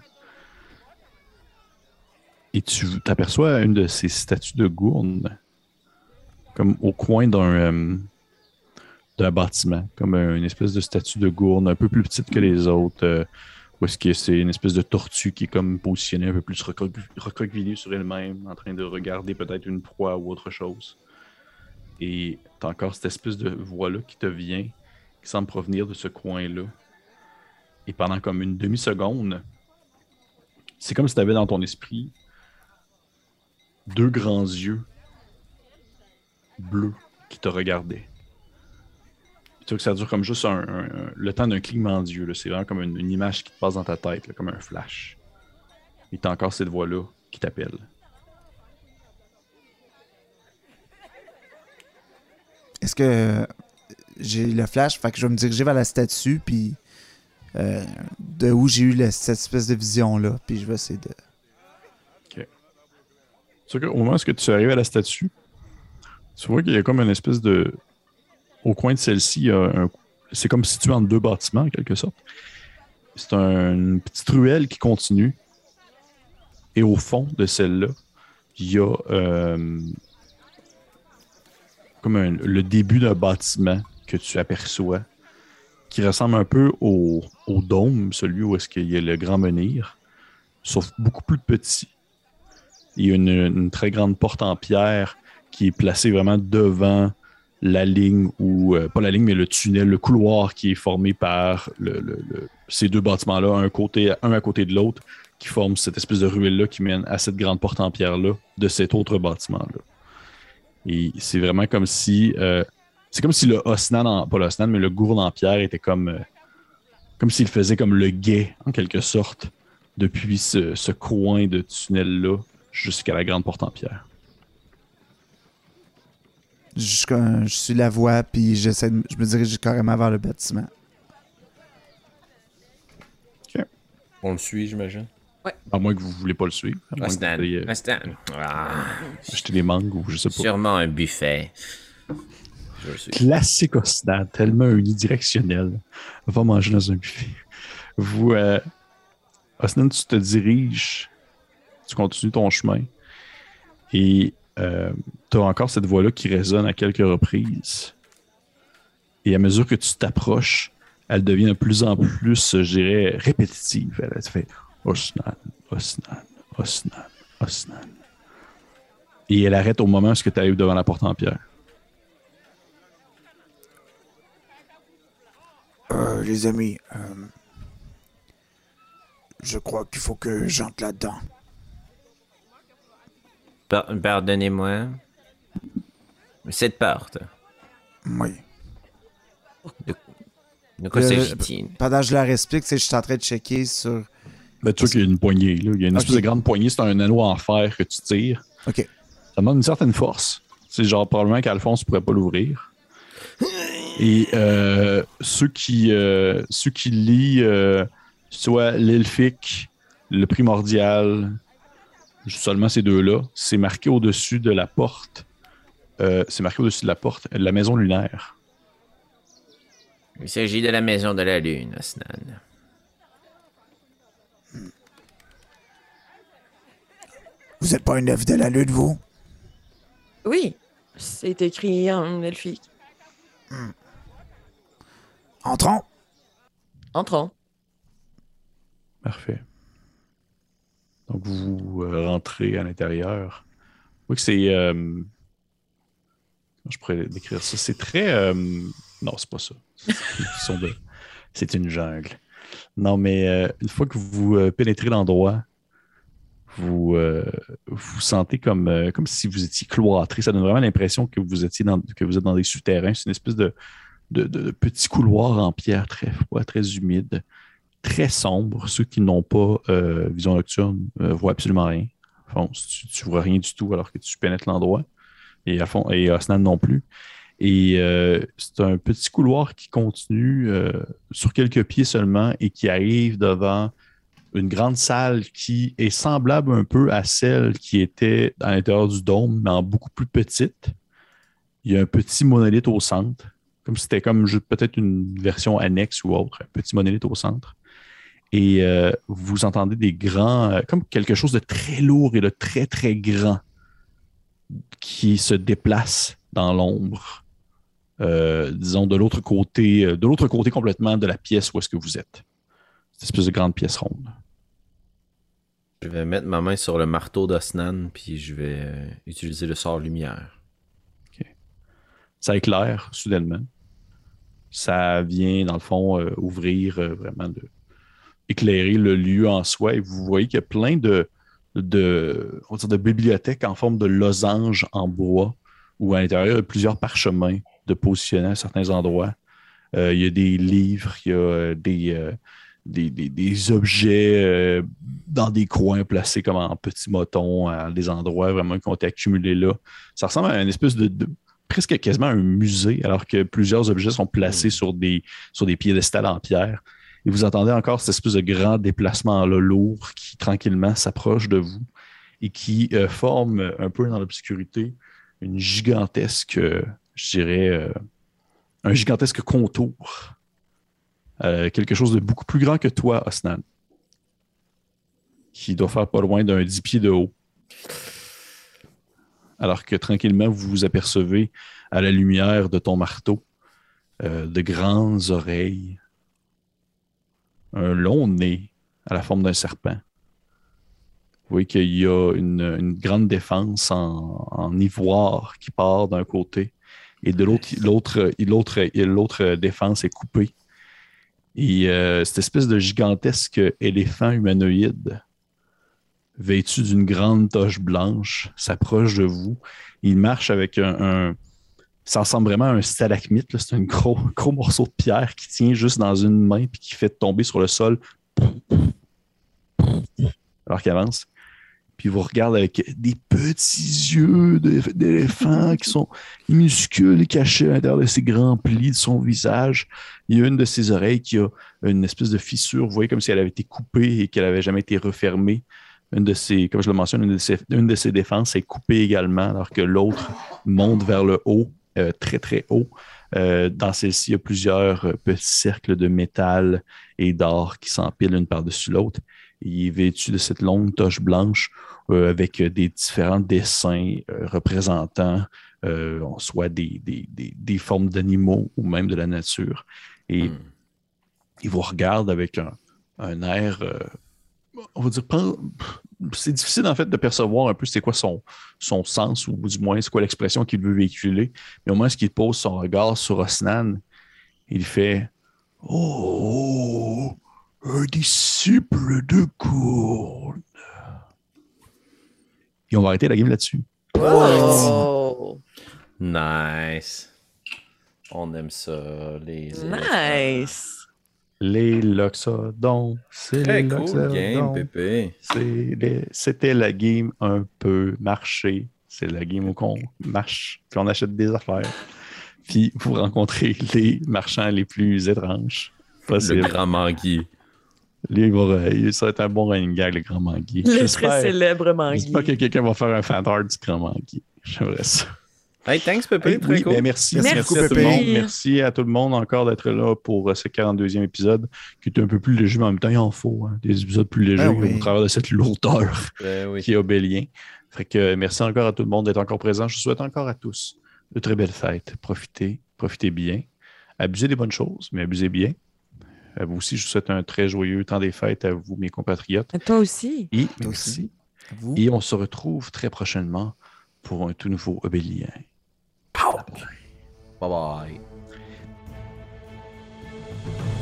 Et tu t'aperçois une de ces statues de gourne comme au coin d'un bâtiment, comme une espèce de statue de gourne un peu plus petite que les autres, où est-ce que c'est une espèce de tortue qui est comme positionnée un peu plus recroquevillée sur elle-même, en train de regarder peut-être une proie ou autre chose. Et t'as encore cette espèce de voix-là qui te vient, qui semble provenir de ce coin-là. Et pendant comme une demi-seconde, c'est comme si tu avais dans ton esprit deux grands yeux bleus qui te regardaient. Puis tu vois que ça dure comme juste le temps d'un clignement d'yeux. Là. C'est vraiment comme une image qui te passe dans ta tête, là, comme un flash. Et t'as encore cette voix-là qui t'appelle. Est-ce que j'ai le flash? Fait que je vais me diriger vers la statue, puis de où j'ai eu cette espèce de vision-là, puis je vais essayer de... Ok. C'est qu'au moment où tu arrives à la statue, tu vois qu'il y a comme une espèce de... Au coin de celle-ci, il y a c'est comme situé entre deux bâtiments, en quelque sorte. C'est une petite ruelle qui continue. Et au fond de celle-là, il y a... comme le début d'un bâtiment que tu aperçois, qui ressemble un peu au dôme, celui où est-ce qu'il y a le grand menhir, sauf beaucoup plus petit. Il y a une très grande porte en pierre qui est placée vraiment devant la ligne, ou pas la ligne, mais le tunnel, le couloir qui est formé par ces deux bâtiments-là, un à côté de l'autre, qui forment cette espèce de ruelle-là qui mène à cette grande porte en pierre-là de cet autre bâtiment-là. Et c'est vraiment comme si... c'est comme si le Osnan, pas le Osnan, mais le gourde en pierre était comme s'il faisait comme le guet, en quelque sorte, depuis ce coin de tunnel-là jusqu'à la grande porte en pierre. Je suis la voix, puis je me dirige carrément vers le bâtiment. OK. On le suit, j'imagine. À moins que vous ne voulez pas le suivre. À moins que vous Osnan. voulez, Osnan. Ah, acheter des mangues ou je sais pas. sûrement un buffet. Je Je sais. Classique Osnan, tellement unidirectionnel. Va manger dans un buffet. Vous, Osnan, tu te diriges, tu continues ton chemin et tu as encore cette voix-là qui résonne à quelques reprises. Et à mesure que tu t'approches, elle devient de plus en plus, je dirais, répétitive. Elle fait Osnan, Osnan, Osnan, Osnan. Et elle arrête au moment où tu arrives devant la porte en pierre. Les amis, je crois qu'il faut que j'entre là-dedans. Pardonnez-moi. Cette porte. Oui. De quoi s'agit-il? Pendant que je leur explique, je suis en train de checker sur... Ben, tu vois qu'il y a une poignée. Là. Il y a une espèce de grande poignée. C'est un anneau en fer que tu tires. OK. Ça demande une certaine force. C'est genre probablement qu'Alphonse ne pourrait pas l'ouvrir. Et ceux qui lient soit l'elfique, le primordial, seulement ces deux-là, c'est marqué au-dessus de la porte. La maison lunaire. Il s'agit de la maison de la lune, Osnan. Vous n'êtes pas une œuvre de la lune, vous? Oui, c'est écrit en elfique. Entrons. Entrons. Parfait. Donc, vous rentrez à l'intérieur. Oui, que c'est... je pourrais décrire ça. C'est très... non, c'est pas ça. C'est une jungle. Non, mais une fois que vous pénétrez l'endroit, vous sentez comme si vous étiez cloîtré. Ça donne vraiment l'impression que vous êtes dans des souterrains. C'est une espèce de petits couloirs en pierre très froid, très humide, très sombre. Ceux qui n'ont pas vision nocturne voient absolument rien. Enfin, tu vois rien du tout alors que tu pénètres l'endroit. Et Osnan non plus. Et c'est un petit couloir qui continue sur quelques pieds seulement et qui arrive devant une grande salle qui est semblable un peu à celle qui était à l'intérieur du dôme, mais en beaucoup plus petite. Il y a un petit monolithe au centre, comme si c'était comme peut-être une version annexe ou autre, un petit monolithe au centre. Et vous entendez des grands, comme quelque chose de très lourd et de très, très grand qui se déplace dans l'ombre. Disons, de l'autre côté complètement de la pièce où est-ce que vous êtes. Cette espèce de grande pièce ronde. Je vais mettre ma main sur le marteau d'Osnan, puis je vais utiliser le sort lumière. Okay. Ça éclaire soudainement. Ça vient, dans le fond, ouvrir vraiment éclairer le lieu en soi. Et vous voyez qu'il y a plein de bibliothèques en forme de losange en bois, où à l'intérieur, il y a plusieurs parchemins de positionnés à certains endroits. Il y a des livres, il y a des objets dans des coins placés comme en petits motons à des endroits vraiment qui ont été accumulés là. Ça ressemble à une espèce de presque quasiment un musée, alors que plusieurs objets sont placés sur des piédestals en pierre. Et vous entendez encore cette espèce de grand déplacement là, lourd qui tranquillement s'approche de vous et qui forme un peu dans l'obscurité une gigantesque, je dirais, un gigantesque contour. Quelque chose de beaucoup plus grand que toi, Osnan, qui doit faire pas loin d'un 10 pieds de haut. Alors que tranquillement, vous vous apercevez à la lumière de ton marteau de grandes oreilles, un long nez à la forme d'un serpent. Vous voyez qu'il y a une grande défense en ivoire qui part d'un côté et de l'autre défense est coupée. Et cette espèce de gigantesque éléphant humanoïde vêtu d'une grande toche blanche s'approche de vous. Il marche avec ça ressemble vraiment à un stalagmite. Là. C'est un gros morceau de pierre qui tient juste dans une main puis qui fait tomber sur le sol alors qu'il avance. Puis il vous regarde avec des petits yeux d'éléphant qui sont minuscules et cachés à l'intérieur de ces grands plis de son visage. Il y a une de ses oreilles qui a une espèce de fissure. Vous voyez comme si elle avait été coupée et qu'elle n'avait jamais été refermée. Comme je le mentionne, une de ses défenses est coupée également, alors que l'autre monte vers le haut très, très haut. Dans celle-ci, il y a plusieurs petits cercles de métal et d'or qui s'empilent l'une par-dessus l'autre. Il est vêtu de cette longue toche blanche avec des différents dessins représentant soit des formes d'animaux ou même de la nature. Et il vous regarde avec un air, on va dire, c'est difficile en fait de percevoir un peu c'est quoi son sens ou du moins c'est quoi l'expression qu'il veut véhiculer. Mais au moins, ce qu'il pose son regard sur Osnan, il fait « Oh, un disciple de Gourne. » Et on va arrêter la game là-dessus. Oh! Nice. On aime ça, les Nice! Les Loxodons, c'est Très les cool game, Loxodons. Pépé. C'était la game un peu marché. C'est la game où on marche, puis on achète des affaires. Puis vous rencontrez les marchands les plus étranges possibles. Le grand Mangui. Ça va être un bon running gag, le grand Mangui. Le très célèbre Mangui. J'espère que quelqu'un va faire un fan art du grand Mangui. J'aimerais ça. Hey, thanks, Pépé. Hey, très oui, cool. ben merci. Merci Merci beaucoup, à tout le Pépé. monde. Merci à tout le monde encore d'être là pour ce 42e épisode qui est un peu plus léger, mais en même temps, il en faut des épisodes plus légers oui. au travers de cette lourdeur Oui. qui est obélien. Fait que merci encore à tout le monde d'être encore présent. Je vous souhaite encore à tous de très belles fêtes. Profitez bien. Abusez des bonnes choses, mais abusez bien. À vous aussi, je vous souhaite un très joyeux temps des fêtes à vous, mes compatriotes. À toi aussi. Et Toi merci. aussi. À vous. Et on se retrouve très prochainement pour un tout nouveau obélien. Bye bye.